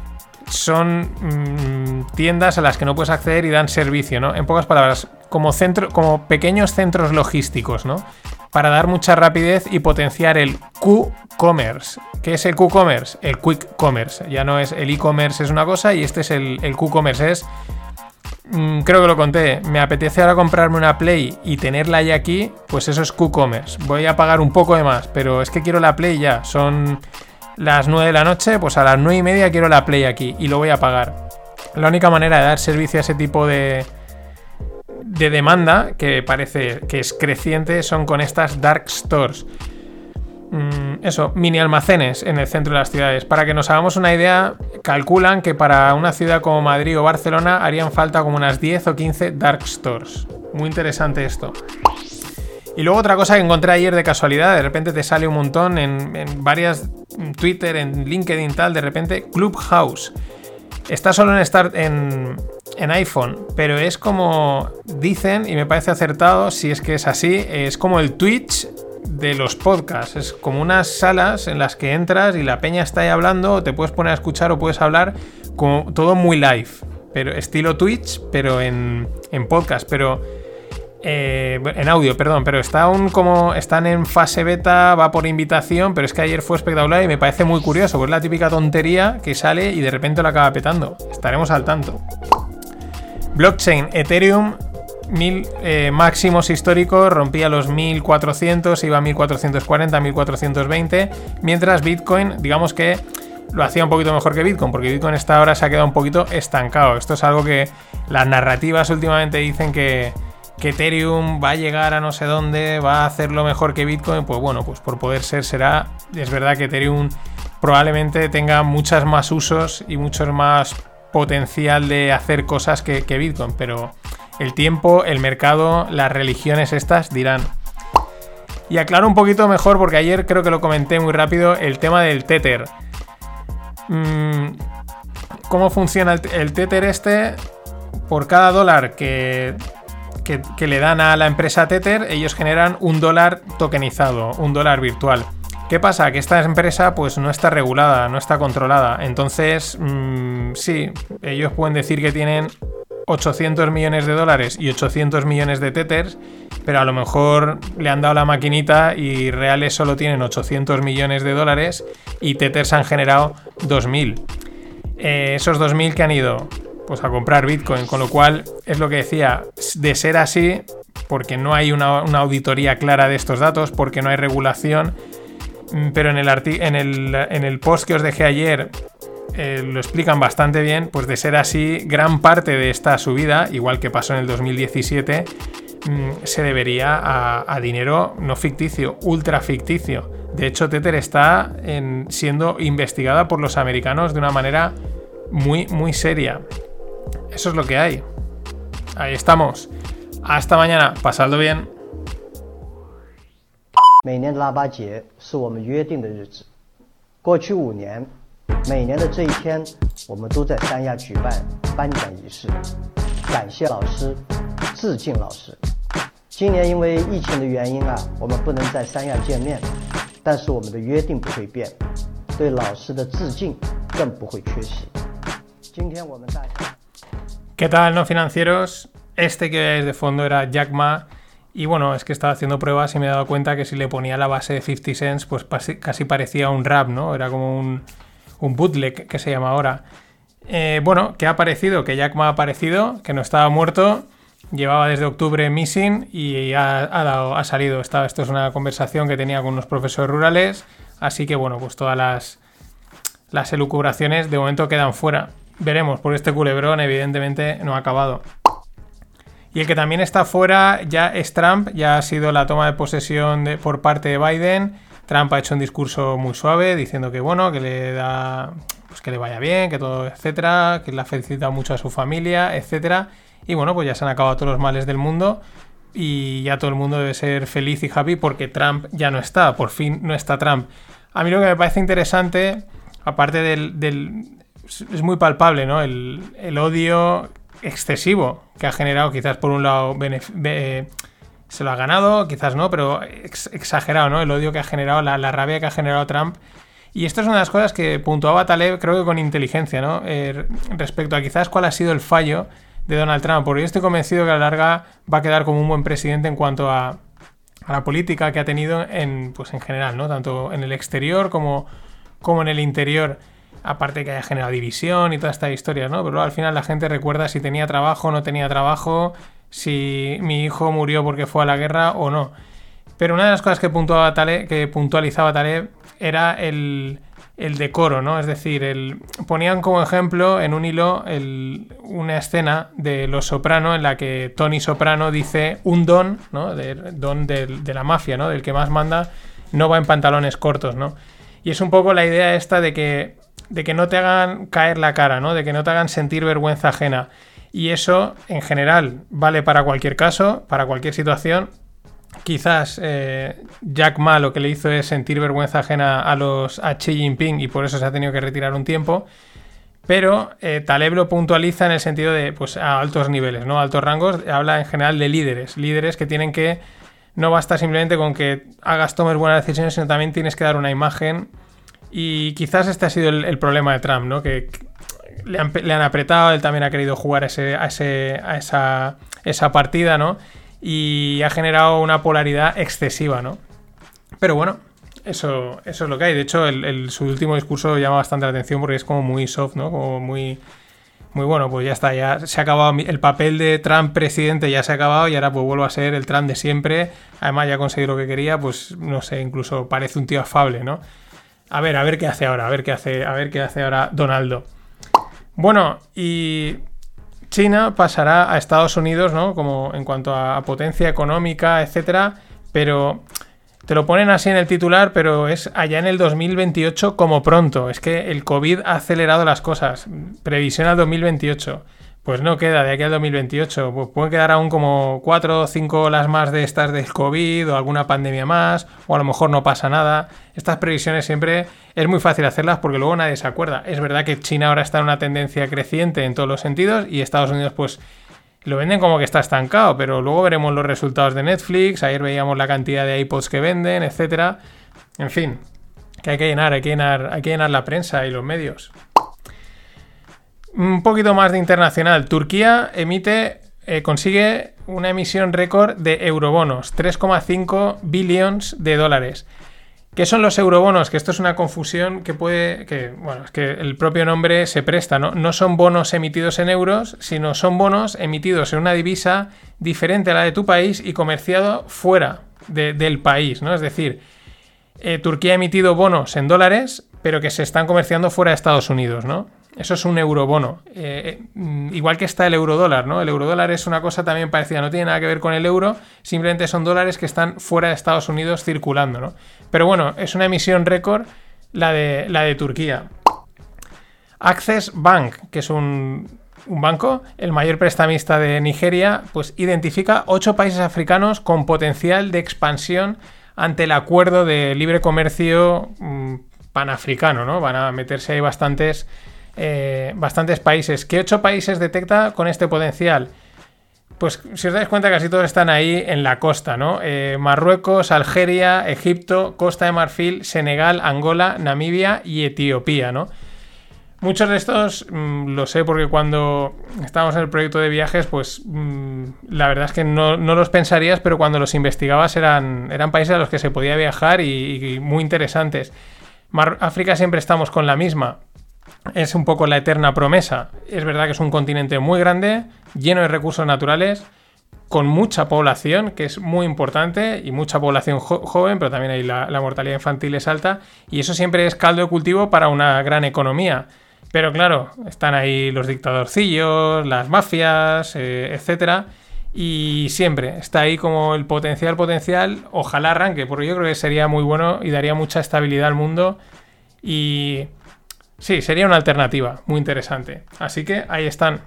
son mmm, tiendas a las que no puedes acceder y dan servicio, ¿no? En pocas palabras, como centro, como pequeños centros logísticos, ¿no? Para dar mucha rapidez y potenciar el Q-Commerce. ¿Qué es el Q-Commerce? El Quick Commerce. Ya no es el e-commerce, es una cosa, y este es el, el Q-Commerce. Es, mmm, creo que lo conté, me apetece ahora comprarme una Play y tenerla ya aquí, pues eso es Q-Commerce. Voy a pagar un poco de más, pero es que quiero la Play ya. Son las nueve de la noche, pues a las nueve y media quiero la Play aquí y lo voy a pagar. La única manera de dar servicio a ese tipo de... de demanda, que parece que es creciente, son con estas dark stores. Mm, eso, mini almacenes en el centro de las ciudades. Para que nos hagamos una idea, calculan que para una ciudad como Madrid o Barcelona harían falta como unas diez o quince dark stores. Muy interesante esto. Y luego otra cosa que encontré ayer de casualidad, de repente te sale un montón en, en varias, en Twitter, en LinkedIn, tal, de repente Clubhouse. Está solo en, start, en, en iPhone, pero es como dicen, y me parece acertado, si es que es así, es como el Twitch de los podcasts. Es como unas salas en las que entras y la peña está ahí hablando, o te puedes poner a escuchar o puedes hablar, como todo muy live, pero estilo Twitch, pero en, en podcast, pero eh, en audio, perdón, pero está aún como están en fase beta, va por invitación, pero es que ayer fue espectacular y me parece muy curioso, pues la típica tontería que sale y de repente lo acaba petando. Estaremos al tanto. Blockchain, Ethereum, mil eh, máximos históricos, rompía los mil cuatrocientos, iba a mil cuatrocientos cuarenta, mil cuatrocientos veinte, mientras Bitcoin, digamos que lo hacía un poquito mejor que Bitcoin, porque Bitcoin esta ahora se ha quedado un poquito estancado. Esto es algo que las narrativas últimamente dicen que que Ethereum va a llegar a no sé dónde, va a hacerlo mejor que Bitcoin. Pues bueno, pues por poder ser será. Es verdad que Ethereum probablemente tenga muchos más usos y mucho más potencial de hacer cosas que, que Bitcoin, pero el tiempo, el mercado, las religiones estas dirán. Y aclaro un poquito mejor, porque ayer creo que lo comenté muy rápido, el tema del Tether. Mm, ¿Cómo funciona el, el Tether este? Por cada dólar que... Que, que le dan a la empresa Tether, ellos generan un dólar tokenizado, un dólar virtual. ¿Qué pasa? Que esta empresa pues no está regulada, no está controlada. Entonces, mmm, sí, ellos pueden decir que tienen ochocientos millones de dólares y ochocientos millones de Tethers, pero a lo mejor le han dado la maquinita y reales solo tienen ochocientos millones de dólares y Tethers han generado dos mil. Eh, esos dos mil que han ido... pues a comprar Bitcoin, con lo cual es lo que decía, de ser así, porque no hay una, una auditoría clara de estos datos, porque no hay regulación. Pero en el, arti- en el, en el post que os dejé ayer eh, lo explican bastante bien. Pues de ser así, gran parte de esta subida, igual que pasó en el dos mil diecisiete, mmm, se debería a, a dinero no ficticio, ultra ficticio. De hecho, Tether está en, siendo investigada por los americanos de una manera muy, muy seria. Eso es lo que hay. Ahí estamos. Hasta mañana. Pasadlo bien. 每年的腊八节是我们约定的日子。过去五年，每年的这一天，我们都在三亚举办颁奖仪式，感谢老师，致敬老师。今年因为疫情的原因啊，我们不能在三亚见面，但是我们的约定不会变，对老师的致敬更不会缺席。今天我们大家 ¿Qué tal, no financieros? Este que veis de fondo era Jack Ma. Y bueno, es que estaba haciendo pruebas y me he dado cuenta que si le ponía la base de cincuenta cents, pues casi parecía un rap, ¿no? Era como un, un bootleg, que se llama ahora. Eh, bueno, ¿qué ha aparecido? Que Jack Ma ha aparecido, que no estaba muerto, llevaba desde octubre missing y ha, ha, dado, ha salido. Esta, esto es una conversación que tenía con unos profesores rurales, así que bueno, pues todas las, las elucubraciones de momento quedan fuera. Veremos, por este culebrón evidentemente no ha acabado. Y el que también está fuera ya es Trump, ya ha sido la toma de posesión de, por parte de Biden. Trump ha hecho un discurso muy suave diciendo que bueno, que le da, pues que le vaya bien, que todo, etcétera, que le ha felicitado mucho a su familia, etcétera. Y bueno, pues ya se han acabado todos los males del mundo y ya todo el mundo debe ser feliz y happy porque Trump ya no está, por fin no está Trump. A mí lo que me parece interesante, aparte del, del es muy palpable, ¿no? El, el odio excesivo que ha generado, quizás por un lado eh, se lo ha ganado, quizás no, pero ex exagerado, ¿no? El odio que ha generado, la, la rabia que ha generado Trump. Y esto es una de las cosas que puntuaba Taleb, creo que con inteligencia, ¿no? Eh, respecto a quizás cuál ha sido el fallo de Donald Trump, porque yo estoy convencido que a la larga va a quedar como un buen presidente en cuanto a, a la política que ha tenido en, pues en general, ¿no? Tanto en el exterior como, como en el interior. Aparte que haya generado división y toda esta historia, ¿no? Pero luego al final la gente recuerda si tenía trabajo o no tenía trabajo, si mi hijo murió porque fue a la guerra o no. Pero una de las cosas que, puntuaba Taleb, que puntualizaba Taleb era el, el decoro, ¿no? Es decir, el, ponían como ejemplo en un hilo el, una escena de Los Soprano en la que Tony Soprano dice un don, ¿no? De, don de, de la mafia, ¿no? Del que más manda, no va en pantalones cortos, ¿no? Y es un poco la idea esta de que de que no te hagan caer la cara, ¿no? De que no te hagan sentir vergüenza ajena. Y eso, en general, vale para cualquier caso, para cualquier situación. Quizás eh, Jack Ma lo que le hizo es sentir vergüenza ajena a, los, a Xi Jinping y por eso se ha tenido que retirar un tiempo. Pero eh, Taleb lo puntualiza en el sentido de, pues, a altos niveles, ¿no? A altos rangos. Habla en general de líderes. Líderes que tienen que... No basta simplemente con que hagas, tomes buenas decisiones, sino también tienes que dar una imagen. Y quizás este ha sido el, el problema de Trump, ¿no? Que, que le, han, le han apretado, él también ha querido jugar ese, a, ese, a esa, esa partida, ¿no? Y ha generado una polaridad excesiva, ¿no? Pero bueno, eso, eso es lo que hay. De hecho, el, el, su último discurso llama bastante la atención porque es como muy soft, ¿no? Como muy, muy bueno, pues ya está, ya se ha acabado. El papel de Trump presidente ya se ha acabado y ahora pues vuelvo a ser el Trump de siempre. Además ya ha conseguido lo que quería, pues no sé, incluso parece un tío afable, ¿no? A ver, a ver qué hace ahora, a ver qué hace, a ver qué hace ahora Donaldo. Bueno, y China pasará a Estados Unidos, ¿no? Como en cuanto a potencia económica, etcétera, pero te lo ponen así en el titular, pero es allá en el dos mil veintiocho como pronto. Es que el COVID ha acelerado las cosas. Previsión al dos mil veintiocho. Pues no queda de aquí al dos mil veintiocho. Pues pueden quedar aún como cuatro o cinco olas más de estas del COVID o alguna pandemia más, o a lo mejor no pasa nada. Estas previsiones siempre es muy fácil hacerlas porque luego nadie se acuerda. Es verdad que China ahora está en una tendencia creciente en todos los sentidos y Estados Unidos pues lo venden como que está estancado, pero luego veremos los resultados de Netflix. Ayer veíamos la cantidad de iPods que venden, etcétera. En fin, que hay que llenar, hay que llenar, hay que llenar la prensa y los medios. Un poquito más de internacional. Turquía emite, eh, consigue una emisión récord de eurobonos, tres coma cinco billones de dólares. ¿Qué son los eurobonos? Que esto es una confusión que puede... que bueno, es que el propio nombre se presta, ¿no? No son bonos emitidos en euros, sino son bonos emitidos en una divisa diferente a la de tu país y comerciado fuera de, del país, ¿no? Es decir, eh, Turquía ha emitido bonos en dólares, pero que se están comerciando fuera de Estados Unidos, ¿no? Eso es un eurobono. Eh, eh, igual que está el eurodólar, ¿no? El eurodólar es una cosa también parecida, no tiene nada que ver con el euro, simplemente son dólares que están fuera de Estados Unidos circulando, ¿no? Pero bueno, es una emisión récord la de, la de Turquía. Access Bank, que es un, un banco, el mayor prestamista de Nigeria, pues identifica ocho países africanos con potencial de expansión ante el acuerdo de libre comercio mmm, panafricano, ¿no? Van a meterse ahí bastantes... Eh, bastantes países. ¿Qué ocho países detecta con este potencial? Pues si os dais cuenta casi todos están ahí en la costa, ¿no? Eh, Marruecos, Algeria, Egipto, Costa de Marfil, Senegal, Angola, Namibia y Etiopía, ¿no? Muchos de estos mmm, lo sé porque cuando estábamos en el proyecto de viajes, pues mmm, la verdad es que no, no los pensarías, pero cuando los investigabas eran, eran países a los que se podía viajar y, y muy interesantes. Mar- África siempre estamos con la misma. Es un poco la eterna promesa. Es verdad que es un continente muy grande, lleno de recursos naturales, con mucha población, que es muy importante, y mucha población jo- joven, pero también ahí la, la mortalidad infantil es alta, y eso siempre es caldo de cultivo para una gran economía. Pero claro, están ahí los dictadorcillos, las mafias, eh, etcétera, y siempre está ahí como el potencial, potencial, ojalá arranque, porque yo creo que sería muy bueno y daría mucha estabilidad al mundo, y... sí, sería una alternativa muy interesante. Así que ahí están.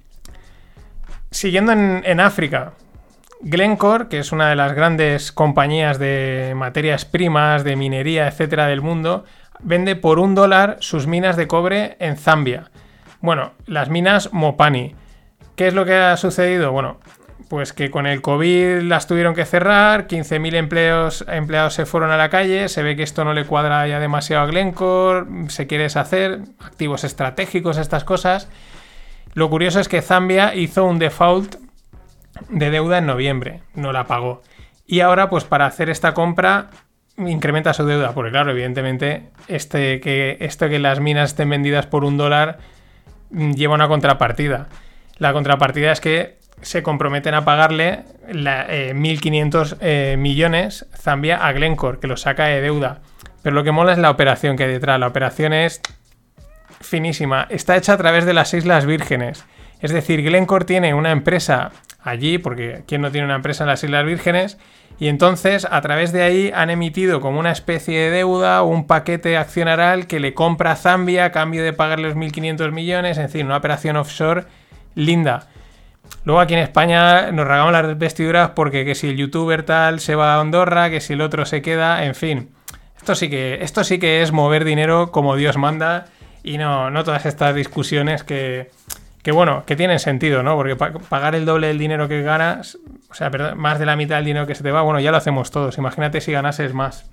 Siguiendo en, en África, Glencore, que es una de las grandes compañías de materias primas, de minería, etcétera, del mundo, vende por un dólar sus minas de cobre en Zambia. Bueno, las minas Mopani. ¿Qué es lo que ha sucedido? Bueno, pues que con el COVID las tuvieron que cerrar, quince mil empleos, empleados se fueron a la calle, se ve que esto no le cuadra ya demasiado a Glencore, se quiere deshacer, activos estratégicos, estas cosas. Lo curioso es que Zambia hizo un default de deuda en noviembre, no la pagó. Y ahora, pues para hacer esta compra, incrementa su deuda, porque claro, evidentemente, este que, esto que las minas estén vendidas por un dólar lleva una contrapartida. La contrapartida es que se comprometen a pagarle la, eh, mil quinientos eh, millones Zambia a Glencore, que lo saca de deuda. Pero lo que mola es la operación que hay detrás. La operación es finísima. Está hecha a través de las Islas Vírgenes. Es decir, Glencore tiene una empresa allí, porque ¿quién no tiene una empresa en las Islas Vírgenes? Y entonces, a través de ahí, han emitido como una especie de deuda o un paquete accionarial que le compra a Zambia a cambio de pagarle los mil quinientos millones. En fin, una operación offshore linda. Luego aquí en España nos regamos las vestiduras porque que si el youtuber tal se va a Andorra, que si el otro se queda, en fin. Esto sí que, esto sí que es mover dinero como Dios manda y no, no todas estas discusiones que, que, bueno, que tienen sentido, ¿no? Porque pa- pagar el doble del dinero que ganas, o sea, perdón, más de la mitad del dinero que se te va, bueno, ya lo hacemos todos. Imagínate si ganases más.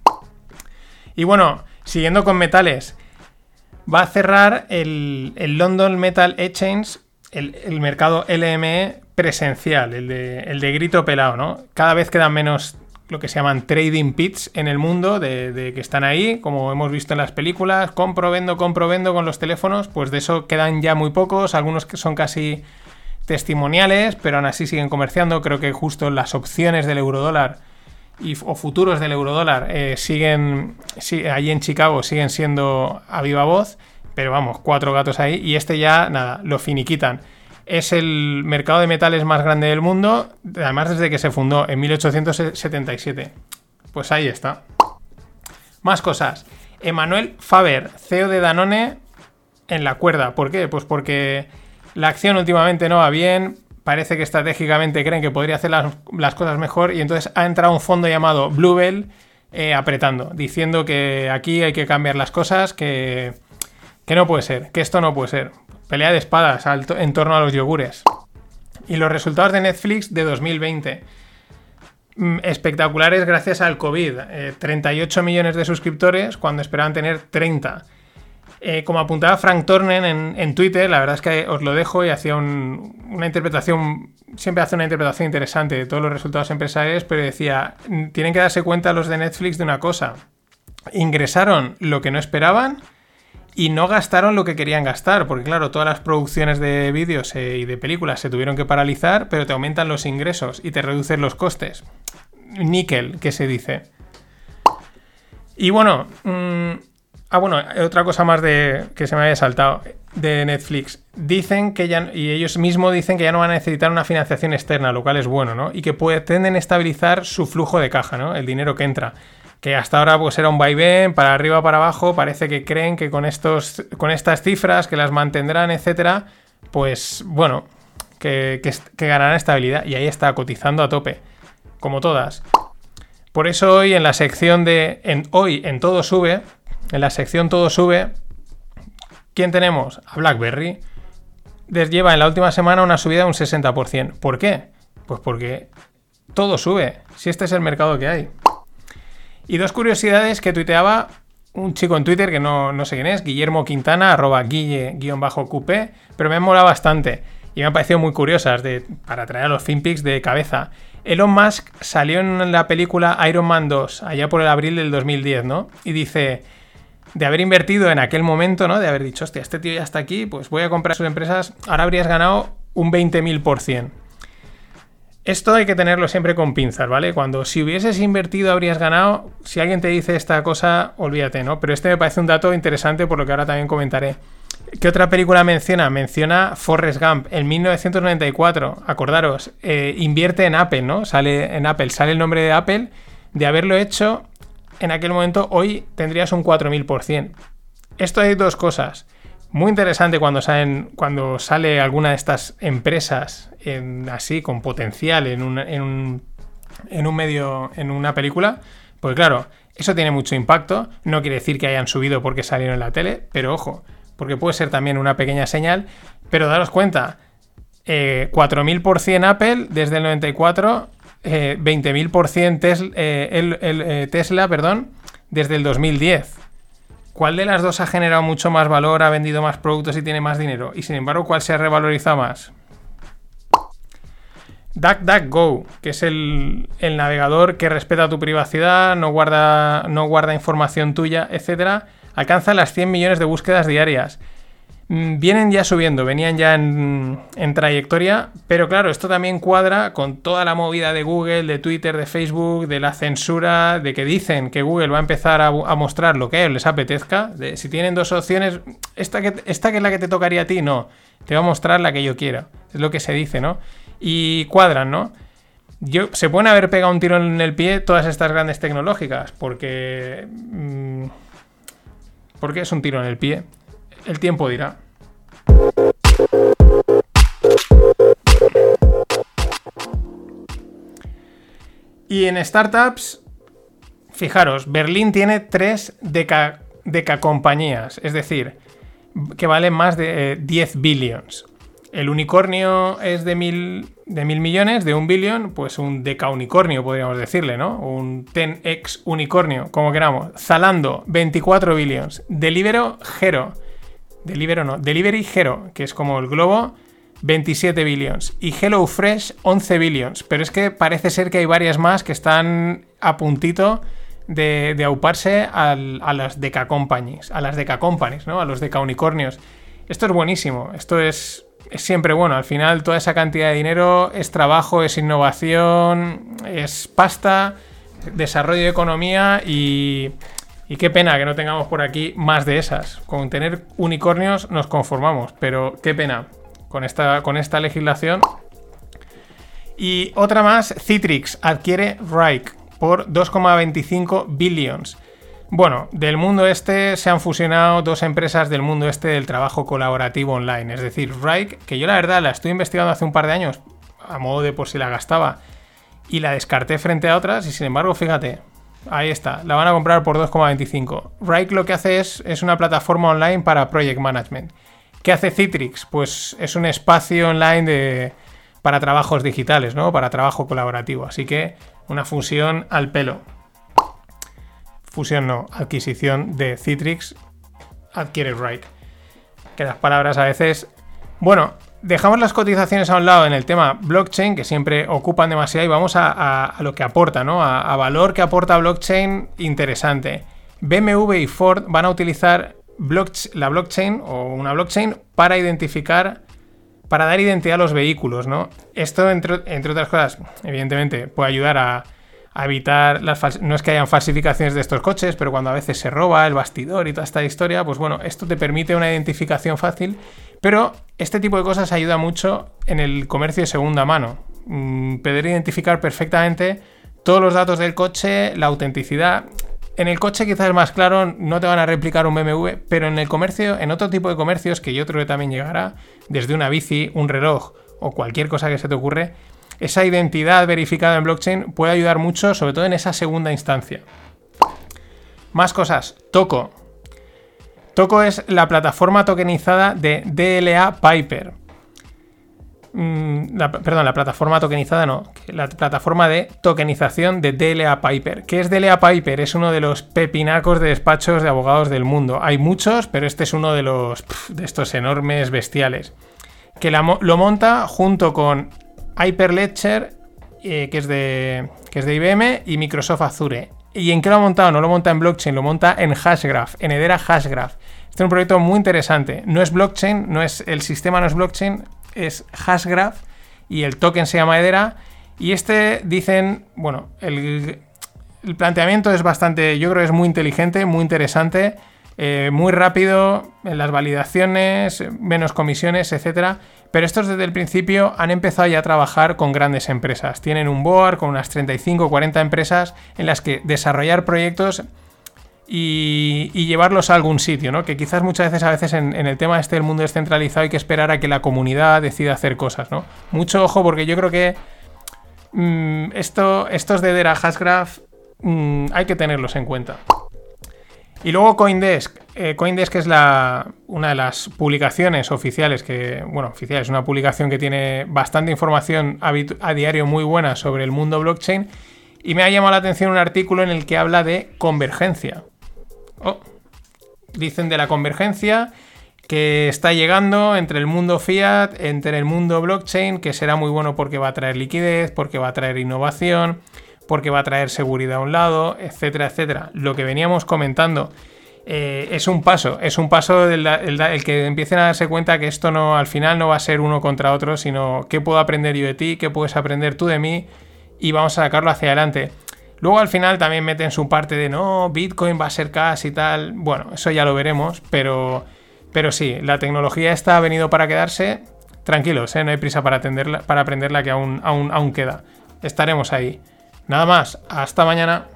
Y bueno, siguiendo con metales, va a cerrar el, el London Metal Exchange, El, el mercado L M E presencial, el de, el de grito pelado, ¿no? Cada vez quedan menos lo que se llaman trading pits en el mundo, de, de que están ahí, como hemos visto en las películas, compro, vendo, compro, vendo con los teléfonos, pues de eso quedan ya muy pocos, algunos que son casi testimoniales, pero aún así siguen comerciando. Creo que justo las opciones del eurodólar y, o futuros del eurodólar eh, siguen, sí, allí en Chicago siguen siendo a viva voz. Pero vamos, cuatro gatos ahí. Y este ya, nada, lo finiquitan. Es el mercado de metales más grande del mundo. Además, desde que se fundó en mil ochocientos setenta y siete. Pues ahí está. Más cosas. Emmanuel Faber, C E O de Danone, en la cuerda. ¿Por qué? Pues porque la acción últimamente no va bien. Parece que estratégicamente creen que podría hacer las, las cosas mejor. Y entonces ha entrado un fondo llamado Bluebell eh, apretando. Diciendo que aquí hay que cambiar las cosas, que... Que no puede ser, que esto no puede ser. Pelea de espadas al to- en torno a los yogures. Y los resultados de Netflix de dos mil veinte. Mm, espectaculares gracias al COVID. Eh, treinta y ocho millones de suscriptores cuando esperaban tener treinta. Eh, como apuntaba Frank Tornen en, en Twitter, la verdad es que os lo dejo y hacía un, una interpretación, siempre hace una interpretación interesante de todos los resultados empresariales, pero decía, tienen que darse cuenta los de Netflix de una cosa. ingresaron lo que no esperaban y no gastaron lo que querían gastar, porque claro, todas las producciones de vídeos eh, y de películas se tuvieron que paralizar, pero te aumentan los ingresos y te reducen los costes. Níquel, que se dice. Y bueno, mmm, ah bueno, otra cosa más de que se me había saltado de Netflix. Dicen que ya, y ellos mismos dicen que ya no van a necesitar una financiación externa, lo cual es bueno, ¿no? Y que pretenden estabilizar su flujo de caja, ¿no? El dinero que entra. Que hasta ahora pues era un vaivén, para arriba, para abajo, parece que creen que con, estos, con estas cifras, que las mantendrán, etcétera, pues bueno, que, que, que ganarán estabilidad. Y ahí está, cotizando a tope, como todas. Por eso hoy en la sección de... En, hoy en Todo Sube, en la sección Todo Sube, ¿quién tenemos? A BlackBerry. Les lleva en la última semana una subida de un sesenta por ciento. ¿Por qué? Pues porque todo sube, si este es el mercado que hay. Y dos curiosidades que tuiteaba un chico en Twitter, que no, no sé quién es, Guillermo Quintana, arroba guille-qp, pero me han molado bastante y me han parecido muy curiosas de, para traer a los FinPix de cabeza. Elon Musk salió en la película Iron Man dos, allá por el abril del dos mil diez, ¿no? Y dice, de haber invertido en aquel momento, ¿no? De haber dicho, hostia, este tío ya está aquí, pues voy a comprar sus empresas, ahora habrías ganado un veinte mil por ciento. Esto hay que tenerlo siempre con pinzas, ¿vale? Cuando si hubieses invertido habrías ganado, si alguien te dice esta cosa, olvídate, ¿no? Pero este me parece un dato interesante por lo que ahora también comentaré. ¿Qué otra película menciona? Menciona Forrest Gump en mil novecientos noventa y cuatro. Acordaros, eh, invierte en Apple, ¿no? Sale en Apple, sale el nombre de Apple. De haberlo hecho en aquel momento, hoy tendrías un cuatro mil por ciento. Esto hay dos cosas. Muy interesante cuando, salen, cuando sale alguna de estas empresas en, así, con potencial en un, en, un, en un medio, en una película. Pues claro, eso tiene mucho impacto. No quiere decir que hayan subido porque salieron en la tele, pero ojo, porque puede ser también una pequeña señal. Pero daros cuenta, eh, cuatro mil por ciento Apple desde el noventa y cuatro, eh, veinte mil por ciento Tesla, eh, el, el, eh, Tesla perdón, desde el dos mil diez. ¿Cuál de las dos ha generado mucho más valor, ha vendido más productos y tiene más dinero? Y sin embargo, ¿cuál se ha revalorizado más? DuckDuckGo, que es el, el navegador que respeta tu privacidad, no guarda, no guarda información tuya, etcétera, alcanza las cien millones de búsquedas diarias. Vienen ya subiendo, venían ya en, en trayectoria, pero claro, esto también cuadra con toda la movida de Google, de Twitter, de Facebook, de la censura, de que dicen que Google va a empezar a, a mostrar lo que a ellos les apetezca. De, si tienen dos opciones, esta que, esta que es la que te tocaría a ti, no, te va a mostrar la que yo quiera, es lo que se dice, ¿no? Y cuadran, ¿no? Yo, se pueden haber pegado un tiro en el pie todas estas grandes tecnológicas, porque... Mmm, porque es un tiro en el pie. El tiempo dirá. Y en startups, fijaros, Berlín tiene tres deca, decacompañías, es decir, que valen más de eh, diez billions. El unicornio es de mil, de mil millones, de un billón, pues un decaunicornio podríamos decirle, ¿no? Un diez equis unicornio, como queramos. Zalando, veinticuatro billions. Deliveroo, Hero. Deliveroo no, Delivery Hero, que es como el globo, veintisiete billions. Y HelloFresh, once billions. Pero es que parece ser que hay varias más que están a puntito de, de auparse al, a las deca companies, a las deca companies, ¿no? A los deca unicornios. Esto es buenísimo. Esto es, es siempre bueno. Al final, toda esa cantidad de dinero es trabajo, es innovación, es pasta, desarrollo de economía y... Y qué pena que no tengamos por aquí más de esas. Con tener unicornios nos conformamos, pero qué pena con esta, con esta legislación. Y otra más, Citrix adquiere Rike por dos coma veinticinco billions. Bueno, del mundo este se han fusionado dos empresas del mundo este del trabajo colaborativo online. Es decir, Rike, que yo la verdad la estoy investigando hace un par de años, a modo de por si la gastaba, y la descarté frente a otras, y sin embargo, fíjate... Ahí está, la van a comprar por dos coma veinticinco. Rike lo que hace es, es una plataforma online para project management. ¿Qué hace Citrix? Pues es un espacio online de, para trabajos digitales, ¿no? Para trabajo colaborativo. Así que una fusión al pelo. Fusión no, adquisición de Citrix adquiere Rike. Que las palabras a veces... Bueno... Dejamos las cotizaciones a un lado en el tema blockchain, que siempre ocupan demasiado, y vamos a, a, a lo que aporta, ¿no? A, a valor que aporta blockchain interesante. B M W y Ford van a utilizar blockch- la blockchain o una blockchain para identificar, para dar identidad a los vehículos, ¿no? Esto, entre, entre otras cosas, evidentemente puede ayudar a, a evitar las fals- no es que hayan falsificaciones de estos coches, pero cuando a veces se roba el bastidor y toda esta historia, pues bueno, esto te permite una identificación fácil, pero este tipo de cosas ayuda mucho en el comercio de segunda mano. Mm, poder identificar perfectamente todos los datos del coche, la autenticidad. En el coche quizás es más claro, no te van a replicar un B M W, pero en el comercio, en otro tipo de comercios que yo creo que también llegará, desde una bici, un reloj o cualquier cosa que se te ocurre, esa identidad verificada en blockchain puede ayudar mucho, sobre todo en esa segunda instancia. Más cosas. Toco. Toco es la plataforma tokenizada de D L A Piper. La, perdón, la plataforma tokenizada no, la plataforma de tokenización de D L A Piper. ¿Qué es D L A Piper? Es uno de los pepinacos de despachos de abogados del mundo. Hay muchos, pero este es uno de los pff, de estos enormes bestiales. Que la, lo monta junto con Hyperledger, eh, que, es de, que es de I B M, y Microsoft Azure. ¿Y en qué lo ha montado? No lo monta en blockchain, lo monta en Hashgraph, en Hedera Hashgraph. Este es un proyecto muy interesante. No es blockchain, no es, el sistema no es blockchain, es Hashgraph y el token se llama Hedera. Y este, dicen, bueno, el, el planteamiento es bastante, yo creo que es muy inteligente, muy interesante, eh, muy rápido en las validaciones, menos comisiones, etcétera. Pero estos desde el principio han empezado ya a trabajar con grandes empresas. Tienen un board con unas treinta y cinco o cuarenta empresas en las que desarrollar proyectos y, y llevarlos a algún sitio, ¿no? Que quizás muchas veces, a veces en, en el tema este del mundo descentralizado hay que esperar a que la comunidad decida hacer cosas, ¿no? Mucho ojo, porque yo creo que mmm, esto, estos de Hedera Hashgraph mmm, hay que tenerlos en cuenta. Y luego Coindesk. Eh, Coindesk es la, una de las publicaciones oficiales que, bueno, oficial, es una publicación que tiene bastante información a, a diario muy buena sobre el mundo blockchain, y me ha llamado la atención un artículo en el que habla de convergencia. Oh, dicen de la convergencia que está llegando entre el mundo fiat, entre el mundo blockchain, que será muy bueno porque va a traer liquidez, porque va a traer innovación, porque va a traer seguridad a un lado, etcétera, etcétera. Lo que veníamos comentando, eh, es un paso, es un paso del, el, el que empiecen a darse cuenta que esto no, al final no va a ser uno contra otro, sino qué puedo aprender yo de ti, qué puedes aprender tú de mí, y vamos a sacarlo hacia adelante. Luego al final también meten su parte de no, Bitcoin va a ser cash y tal. Bueno, eso ya lo veremos, pero, pero sí, la tecnología esta ha venido para quedarse. Tranquilos, ¿eh? No hay prisa para, atenderla, para aprenderla, que aún, aún, aún queda. Estaremos ahí. Nada más, hasta mañana.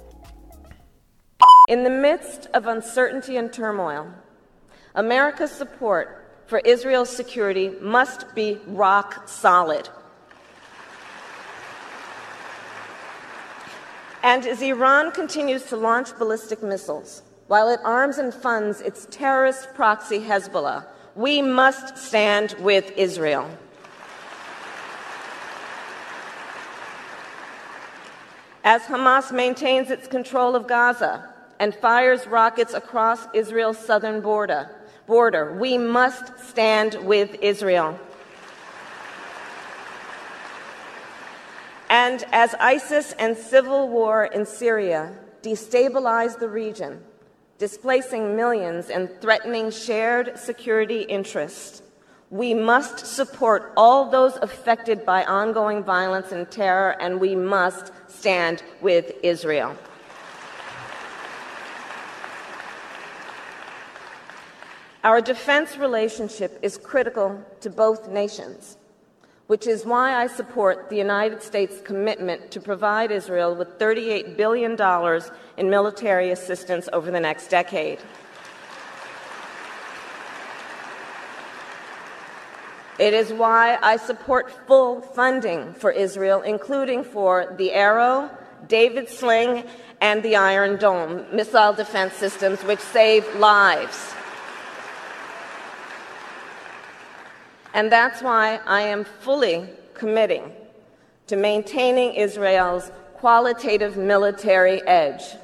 In the midst of uncertainty and turmoil, America's support for Israel's security must be rock solid. And as Iran continues to launch ballistic missiles, while it arms and funds its terrorist proxy Hezbollah, we must stand with Israel. As Hamas maintains its control of Gaza and fires rockets across Israel's southern border, border, we must stand with Israel. And as ISIS and civil war in Syria destabilize the region, displacing millions and threatening shared security interests, we must support all those affected by ongoing violence and terror, and we must stand with Israel. Our defense relationship is critical to both nations, which is why I support the United States' commitment to provide Israel with thirty-eight billion dollars in military assistance over the next decade. It is why I support full funding for Israel, including for the Arrow, David Sling, and the Iron Dome missile defense systems, which save lives. And that's why I am fully committing to maintaining Israel's qualitative military edge.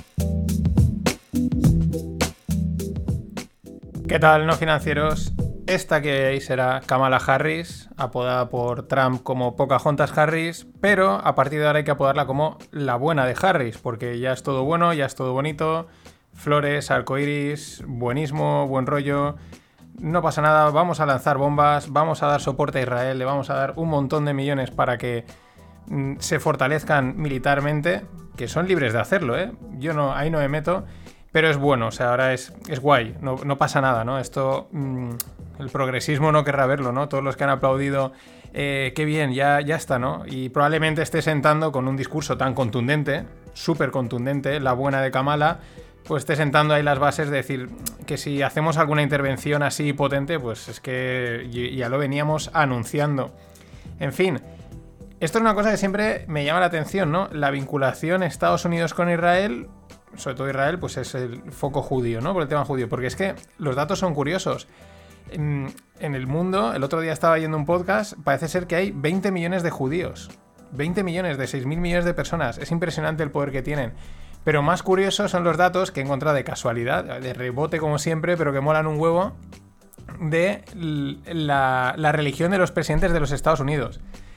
¿Qué tal, no financieros? esta que veis será Kamala Harris, apodada por Trump como Pocahontas Harris, pero a partir de ahora hay que apodarla como la buena de Harris, porque ya es todo bueno, ya es todo bonito, flores, arcoiris, buenismo, buen rollo, no pasa nada, vamos a lanzar bombas, vamos a dar soporte a Israel, le vamos a dar un montón de millones para que mm, se fortalezcan militarmente, que son libres de hacerlo, ¿eh? Yo no, ahí no me meto. Pero es bueno, o sea, ahora es, es guay, no, no pasa nada, ¿no? Esto, mmm, el progresismo no querrá verlo, ¿no? Todos los que han aplaudido, eh, qué bien, ya, ya está, ¿no? Y probablemente esté sentando con un discurso tan contundente, súper contundente, la buena de Kamala, pues esté sentando ahí las bases de decir que si hacemos alguna intervención así potente, pues es que ya lo veníamos anunciando. En fin, esto es una cosa que siempre me llama la atención, ¿no? La vinculación Estados Unidos con Israel... sobre todo Israel, pues es el foco judío, ¿no? Por el tema judío, porque es que los datos son curiosos. En, en el mundo, el otro día estaba yendo un podcast, parece ser que hay veinte millones de judíos. veinte millones de seis mil millones de personas. Es impresionante el poder que tienen. Pero más curiosos son los datos que he encontrado de casualidad, de rebote como siempre, pero que molan un huevo, de la, la religión de los presidentes de los Estados Unidos.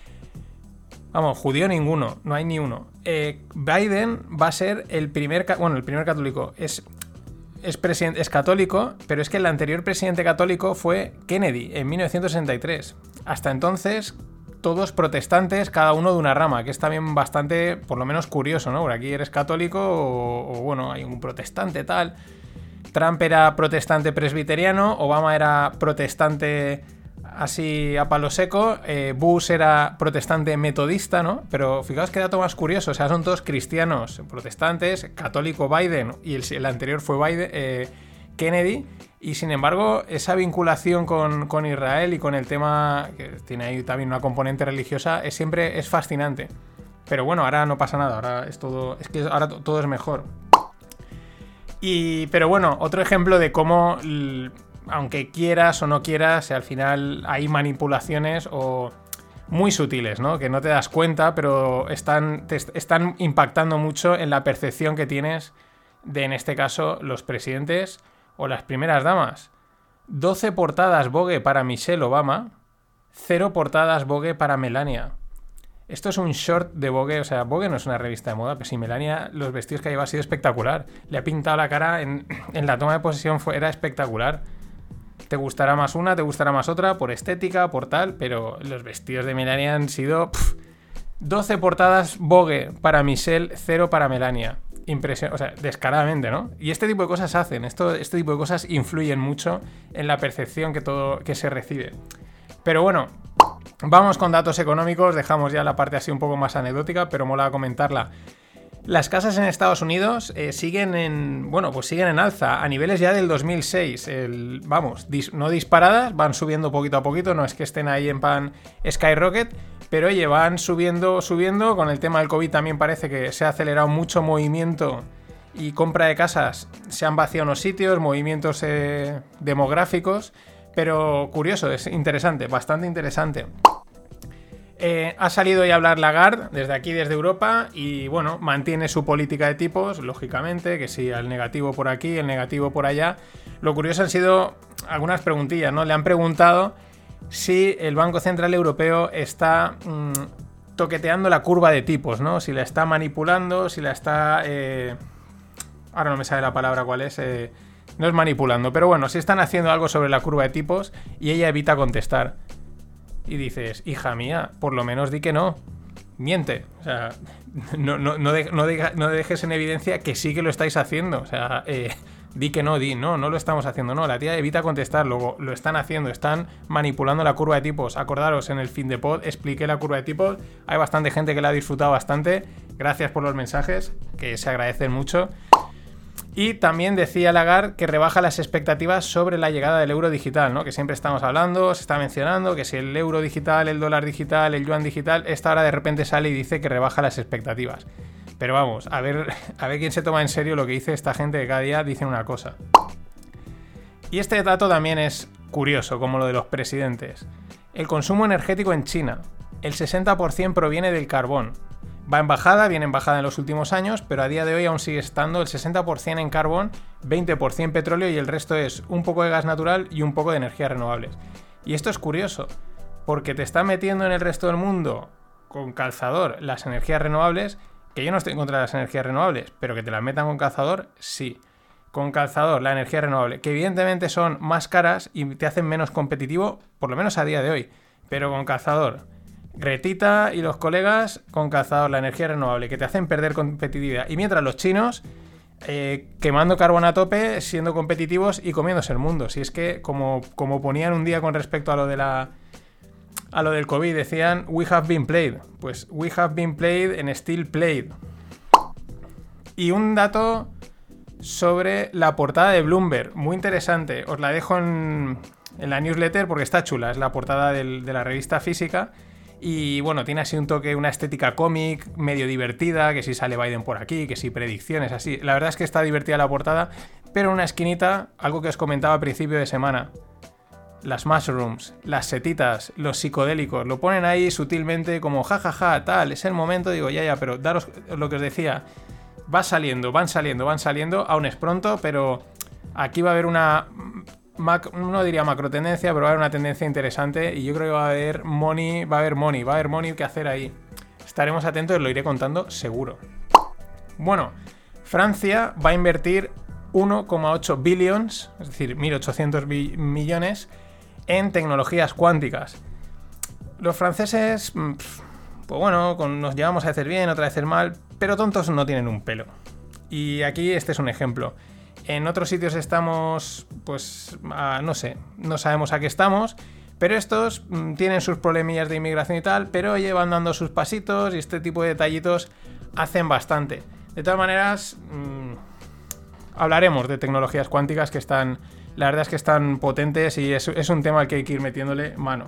Vamos, judío ninguno, no hay ni uno. Eh, Biden va a ser el primer, bueno, el primer católico. Es, es, presidente, es católico, pero es que el anterior presidente católico fue Kennedy en mil novecientos sesenta y tres. Hasta entonces, todos protestantes, cada uno de una rama, que es también bastante, por lo menos curioso, ¿no? Por aquí eres católico o, o bueno, hay un protestante tal. Trump era protestante presbiteriano, Obama era protestante... así a palo seco, eh, Bush era protestante metodista, ¿no? Pero fijaos qué dato más curioso, o sea, son todos cristianos, protestantes, católico Biden, y el, el anterior fue Biden, eh, Kennedy, y sin embargo, esa vinculación con, con Israel y con el tema, que tiene ahí también una componente religiosa, es siempre es fascinante. Pero bueno, ahora no pasa nada, ahora es todo, es que ahora todo es mejor. Y, pero bueno, otro ejemplo de cómo... aunque quieras o no quieras, al final hay manipulaciones o muy sutiles, ¿no? Que no te das cuenta, pero están, te están impactando mucho en la percepción que tienes de, en este caso, los presidentes o las primeras damas. doce portadas Vogue para Michelle Obama, cero portadas Vogue para Melania. Esto es un short de Vogue, o sea, Vogue no es una revista de moda, pero sí, Melania, los vestidos que lleva ha sido espectacular. Le ha pintado la cara en, en la toma de posesión, fue, era espectacular. Te gustará más una, te gustará más otra, por estética, por tal, pero los vestidos de Melania han sido... Pff, doce portadas Vogue para Michelle, cero para Melania. Impresión, o sea, descaradamente, ¿no? Y este tipo de cosas hacen, esto, este tipo de cosas influyen mucho en la percepción que, todo, que se recibe. Pero bueno, vamos con datos económicos, dejamos ya la parte así un poco más anecdótica, pero mola comentarla. Las casas en Estados Unidos eh, siguen en, bueno, pues siguen en alza a niveles ya del dos mil seis. El, vamos, dis, no disparadas, van subiendo poquito a poquito, no es que estén ahí en pan skyrocket, pero oye, van subiendo, subiendo. Con el tema del COVID también parece que se ha acelerado mucho movimiento y compra de casas. Se han vaciado unos sitios, movimientos eh, demográficos, pero curioso, es interesante, bastante interesante. Eh, ha salido ya a hablar Lagarde desde aquí, desde Europa, y bueno, mantiene su política de tipos, lógicamente, que sí, el negativo por aquí, el negativo por allá. Lo curioso han sido algunas preguntillas, ¿no? Le han preguntado si el Banco Central Europeo está mmm, toqueteando la curva de tipos, ¿no? Si la está manipulando, si la está... Eh... Ahora no me sale la palabra cuál es... Eh... No es manipulando, pero bueno, si están haciendo algo sobre la curva de tipos, y ella evita contestar. Y dices, hija mía, por lo menos di que no. Miente. O sea, no, no, no, de, no, de, no dejes en evidencia que sí que lo estáis haciendo. O sea, eh, di que no, di, no, no lo estamos haciendo. No, la tía evita contestar, luego lo están haciendo, están manipulando la curva de tipos. Acordaros, en el fin de pod expliqué la curva de tipos. Hay bastante gente que la ha disfrutado bastante. Gracias por los mensajes, que se agradecen mucho. Y también decía Lagarde que rebaja las expectativas sobre la llegada del euro digital, ¿no? Que siempre estamos hablando, se está mencionando que si el euro digital, el dólar digital, el yuan digital, esta hora de repente sale y dice que rebaja las expectativas. Pero vamos, a ver, a ver quién se toma en serio lo que dice esta gente, que cada día dicen una cosa. Y este dato también es curioso, como lo de los presidentes. El consumo energético en China, el sesenta por ciento proviene del carbón. Va en bajada, viene en bajada en los últimos años, pero a día de hoy aún sigue estando el sesenta por ciento en carbón, veinte por ciento petróleo y el resto es un poco de gas natural y un poco de energías renovables. Y esto es curioso, porque te está metiendo en el resto del mundo con calzador las energías renovables, que yo no estoy en contra de las energías renovables, pero que te las metan con calzador, sí. Con calzador, la energía renovable, que evidentemente son más caras y te hacen menos competitivo, por lo menos a día de hoy, pero con calzador. Gretita y los colegas con calzador, la energía renovable, que te hacen perder competitividad. Y mientras los chinos eh, quemando carbón a tope, siendo competitivos y comiéndose el mundo. Si es que, como, como ponían un día con respecto a lo de la a lo del COVID, decían we have been played. Pues we have been played and still played. Y un dato sobre la portada de Bloomberg, muy interesante. Os la dejo en, en la newsletter porque está chula. Es la portada del, de la revista Física. Y bueno, tiene así un toque, una estética cómic, medio divertida, que si sale Biden por aquí, que si predicciones, así. La verdad es que está divertida la portada, pero en una esquinita, algo que os comentaba a principio de semana. Las mushrooms, las setitas, los psicodélicos, lo ponen ahí sutilmente como jajaja, ja, ja, tal, es el momento, digo, ya, ya, pero daros lo que os decía, va saliendo, van saliendo, van saliendo, aún es pronto, pero aquí va a haber una... Mac, no diría macro tendencia, pero va a haber una tendencia interesante y yo creo que va a haber money, va a haber money, va a haber money que hacer ahí. Estaremos atentos y lo iré contando seguro. Bueno, Francia va a invertir uno coma ocho billions, es decir, mil ochocientos millones en tecnologías cuánticas. Los franceses, pues bueno, con, nos llevamos a hacer bien, otra vez el mal, pero tontos no tienen un pelo. Y aquí este es un ejemplo. En otros sitios estamos, pues, a, no sé, no sabemos a qué estamos, pero estos mmm, tienen sus problemillas de inmigración y tal, pero oye, van dando sus pasitos y este tipo de detallitos hacen bastante. De todas maneras, mmm, hablaremos de tecnologías cuánticas que están, la verdad es que están potentes y es, es un tema al que hay que ir metiéndole mano.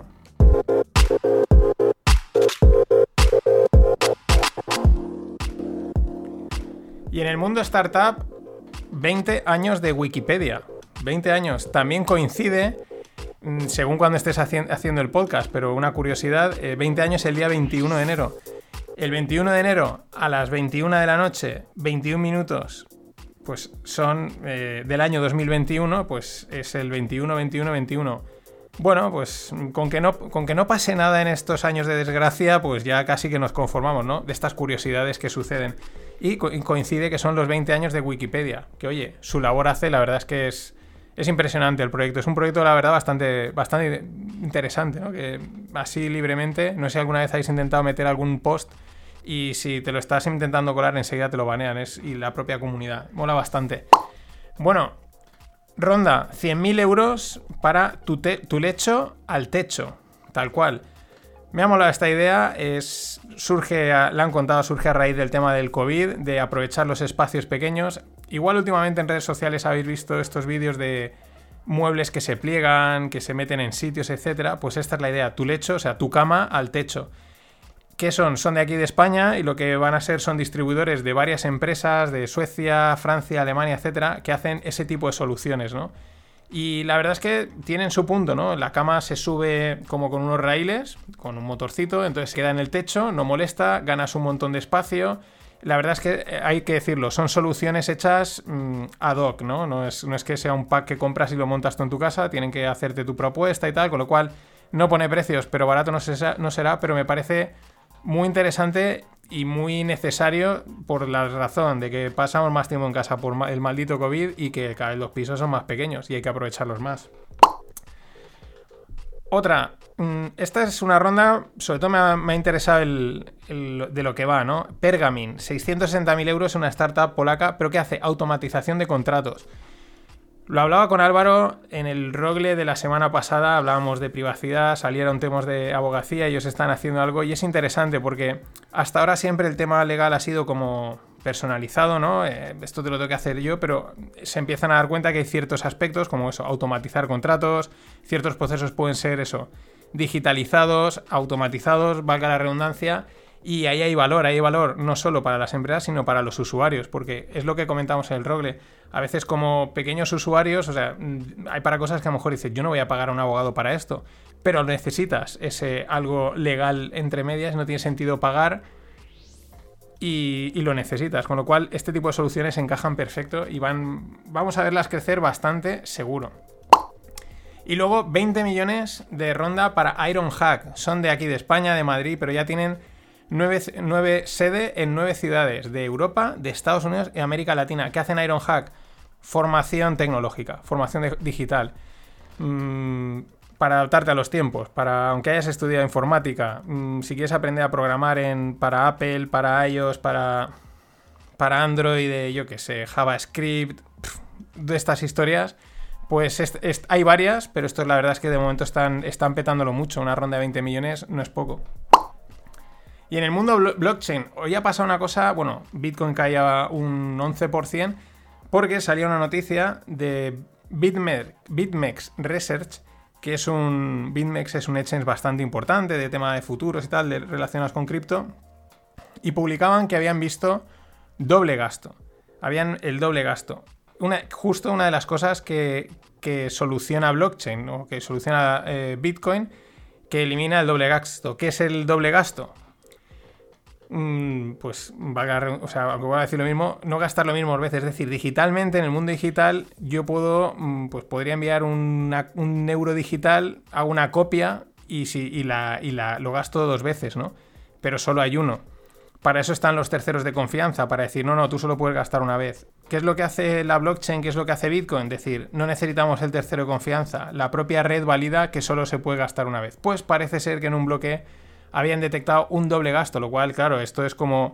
Y en el mundo startup, veinte años de Wikipedia. veinte años. También coincide, según cuando estés haci- haciendo el podcast, pero una curiosidad, eh, veinte años el día veintiuno de enero. El veintiuno de enero a las veintiuna de la noche, veintiún minutos, pues son eh, del año dos mil veintiuno, pues es el veintiuno, veintiuno, veintiuno. Bueno, pues con que, no, con que no pase nada en estos años de desgracia, pues ya casi que nos conformamos, ¿no? De estas curiosidades que suceden. Y co- coincide que son los veinte años de Wikipedia. Que oye, su labor hace, la verdad es que es, es impresionante el proyecto. Es un proyecto, la verdad, bastante, bastante interesante, ¿no? Que así libremente, no sé si alguna vez habéis intentado meter algún post y si te lo estás intentando colar enseguida te lo banean. Es, y la propia comunidad. Mola bastante. Bueno, ronda cien mil euros para tu, te- tu lecho al techo. Tal cual. Me ha molado esta idea, es, surge, a, la han contado, surge a raíz del tema del COVID, de aprovechar los espacios pequeños. Igual últimamente en redes sociales habéis visto estos vídeos de muebles que se pliegan, que se meten en sitios, etcétera. Pues esta es la idea, tu lecho, o sea, tu cama al techo. ¿Qué son? Son de aquí de España y lo que van a ser son distribuidores de varias empresas de Suecia, Francia, Alemania, etcétera, que hacen ese tipo de soluciones, ¿no? Y la verdad es que tienen su punto, ¿no? La cama se sube como con unos raíles, con un motorcito, entonces queda en el techo, no molesta, ganas un montón de espacio. La verdad es que hay que decirlo, son soluciones hechas mmm, ad hoc, ¿no? No es, no es que sea un pack que compras y lo montas tú en tu casa, tienen que hacerte tu propuesta y tal, con lo cual no pone precios, pero barato no, se, no será, pero me parece muy interesante y muy necesario por la razón de que pasamos más tiempo en casa por el maldito COVID y que cada vez los pisos son más pequeños y hay que aprovecharlos más. Otra, esta es una ronda, sobre todo me ha, me ha interesado el, el, de lo que va, ¿no? Pergamin, seiscientos sesenta mil euros, una startup polaca, pero que hace automatización de contratos. Lo hablaba con Álvaro en el Rogle de la semana pasada, hablábamos de privacidad, salieron temas de abogacía, ellos están haciendo algo y es interesante porque hasta ahora siempre el tema legal ha sido como personalizado, ¿no? Eh, esto te lo tengo que hacer yo, pero se empiezan a dar cuenta que hay ciertos aspectos como eso, automatizar contratos, ciertos procesos pueden ser eso, digitalizados, automatizados, valga la redundancia. Y ahí hay valor, ahí hay valor no solo para las empresas, sino para los usuarios, porque es lo que comentamos en el Rogle. A veces como pequeños usuarios, o sea, hay para cosas que a lo mejor dices, yo no voy a pagar a un abogado para esto, pero necesitas ese algo legal entre medias, no tiene sentido pagar y, y lo necesitas, con lo cual este tipo de soluciones encajan perfecto y van, vamos a verlas crecer bastante seguro. Y luego veinte millones de ronda para Ironhack. Son de aquí de España, de Madrid, pero ya tienen nueve, nueve sedes en nueve ciudades de Europa, de Estados Unidos y América Latina. ¿Qué hacen Ironhack? Formación tecnológica, formación de, digital. Mm, para adaptarte a los tiempos, para aunque hayas estudiado informática, mmm, si quieres aprender a programar en, para Apple, para iOS, para, para Android, yo qué sé, JavaScript, pff, de estas historias... Pues es, es, hay varias, pero esto la verdad es que de momento están, están petándolo mucho. Una ronda de veinte millones no es poco. Y en el mundo blo blockchain, hoy ha pasado una cosa, bueno, Bitcoin caía un once por ciento porque salió una noticia de BitMEX, BitMEX Research, que es un, BitMEX es un exchange bastante importante de tema de futuros y tal, de, relacionados con cripto, y publicaban que habían visto doble gasto. Habían el doble gasto. Una, justo una de las cosas que, que soluciona blockchain, ¿no? Que soluciona eh, Bitcoin, que elimina el doble gasto. ¿Qué es el doble gasto? Mm, pues, valga, o sea, aunque voy a decir lo mismo, no gastar lo mismo veces. Es decir, digitalmente, en el mundo digital, yo puedo, pues podría enviar una, un euro digital a una copia y, si, y, la, y la, lo gasto dos veces, ¿no? Pero solo hay uno. Para eso están los terceros de confianza, para decir, no, no, tú solo puedes gastar una vez. ¿Qué es lo que hace la blockchain? ¿Qué es lo que hace Bitcoin? Decir, no necesitamos el tercero de confianza. La propia red valida que solo se puede gastar una vez. Pues parece ser que en un bloque habían detectado un doble gasto, lo cual, claro, esto es como...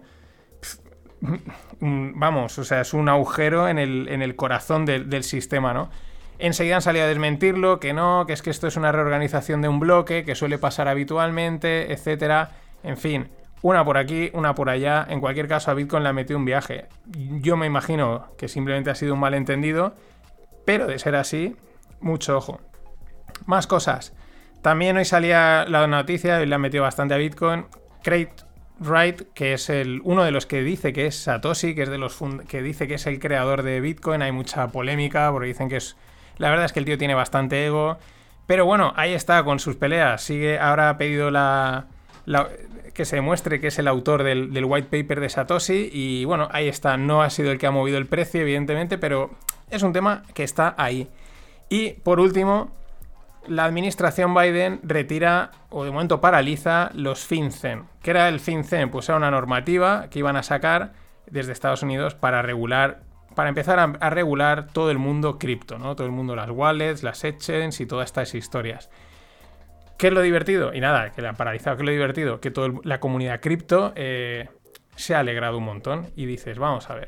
Vamos, o sea, es un agujero en el, en el corazón de, del sistema, ¿no? Enseguida han salido a desmentirlo, que no, que es que esto es una reorganización de un bloque, que suele pasar habitualmente, etcétera. En fin... Una por aquí, una por allá. En cualquier caso, a Bitcoin le ha metido un viaje. Yo me imagino que simplemente ha sido un malentendido, pero de ser así, mucho ojo. Más cosas. También hoy salía la noticia, y le ha metido bastante a Bitcoin, Craig Wright, que es el, uno de los que dice que es Satoshi, que es de los fund- que dice que es el creador de Bitcoin. Hay mucha polémica porque dicen que es... La verdad es que el tío tiene bastante ego. Pero bueno, ahí está con sus peleas. Sigue, ahora ha pedido la... La, que se demuestre que es el autor del, del white paper de Satoshi y bueno, ahí está, no ha sido el que ha movido el precio evidentemente, pero es un tema que está ahí. Y por último, la administración Biden retira o de momento paraliza los FinCEN. ¿Qué era el FinCEN? Pues era una normativa que iban a sacar desde Estados Unidos para regular, para empezar a, a regular todo el mundo cripto, ¿no? Todo el mundo, las wallets, las exchanges y todas estas historias. ¿Qué es lo divertido? Y nada, que le han paralizado. ¿Qué es lo divertido? Que toda la comunidad cripto eh, se ha alegrado un montón. Y dices, vamos a ver.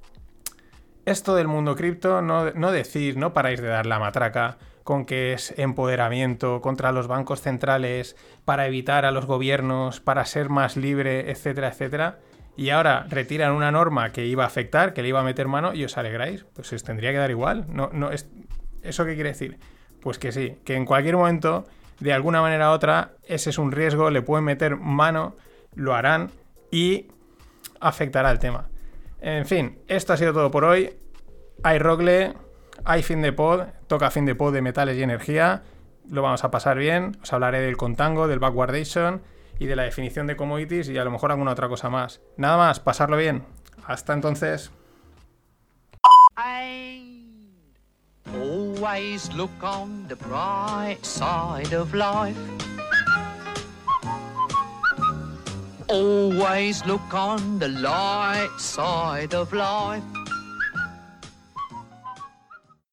Esto del mundo cripto, no, no decís, no paráis de dar la matraca con que es empoderamiento contra los bancos centrales, para evitar a los gobiernos, para ser más libre, etcétera, etcétera. Y ahora retiran una norma que iba a afectar, que le iba a meter mano y os alegráis. Pues os tendría que dar igual. No, no, es... ¿Eso qué quiere decir? Pues que sí, que en cualquier momento... De alguna manera u otra, ese es un riesgo, le pueden meter mano, lo harán y afectará el tema. En fin, esto ha sido todo por hoy. Hay Rogle, hay fin de pod, toca fin de pod de metales y energía. Lo vamos a pasar bien. Os hablaré del contango, del backwardation y de la definición de commodities y a lo mejor alguna otra cosa más. Nada más, pasarlo bien. Hasta entonces. Always look on the bright side of life. Always look on the light side of life.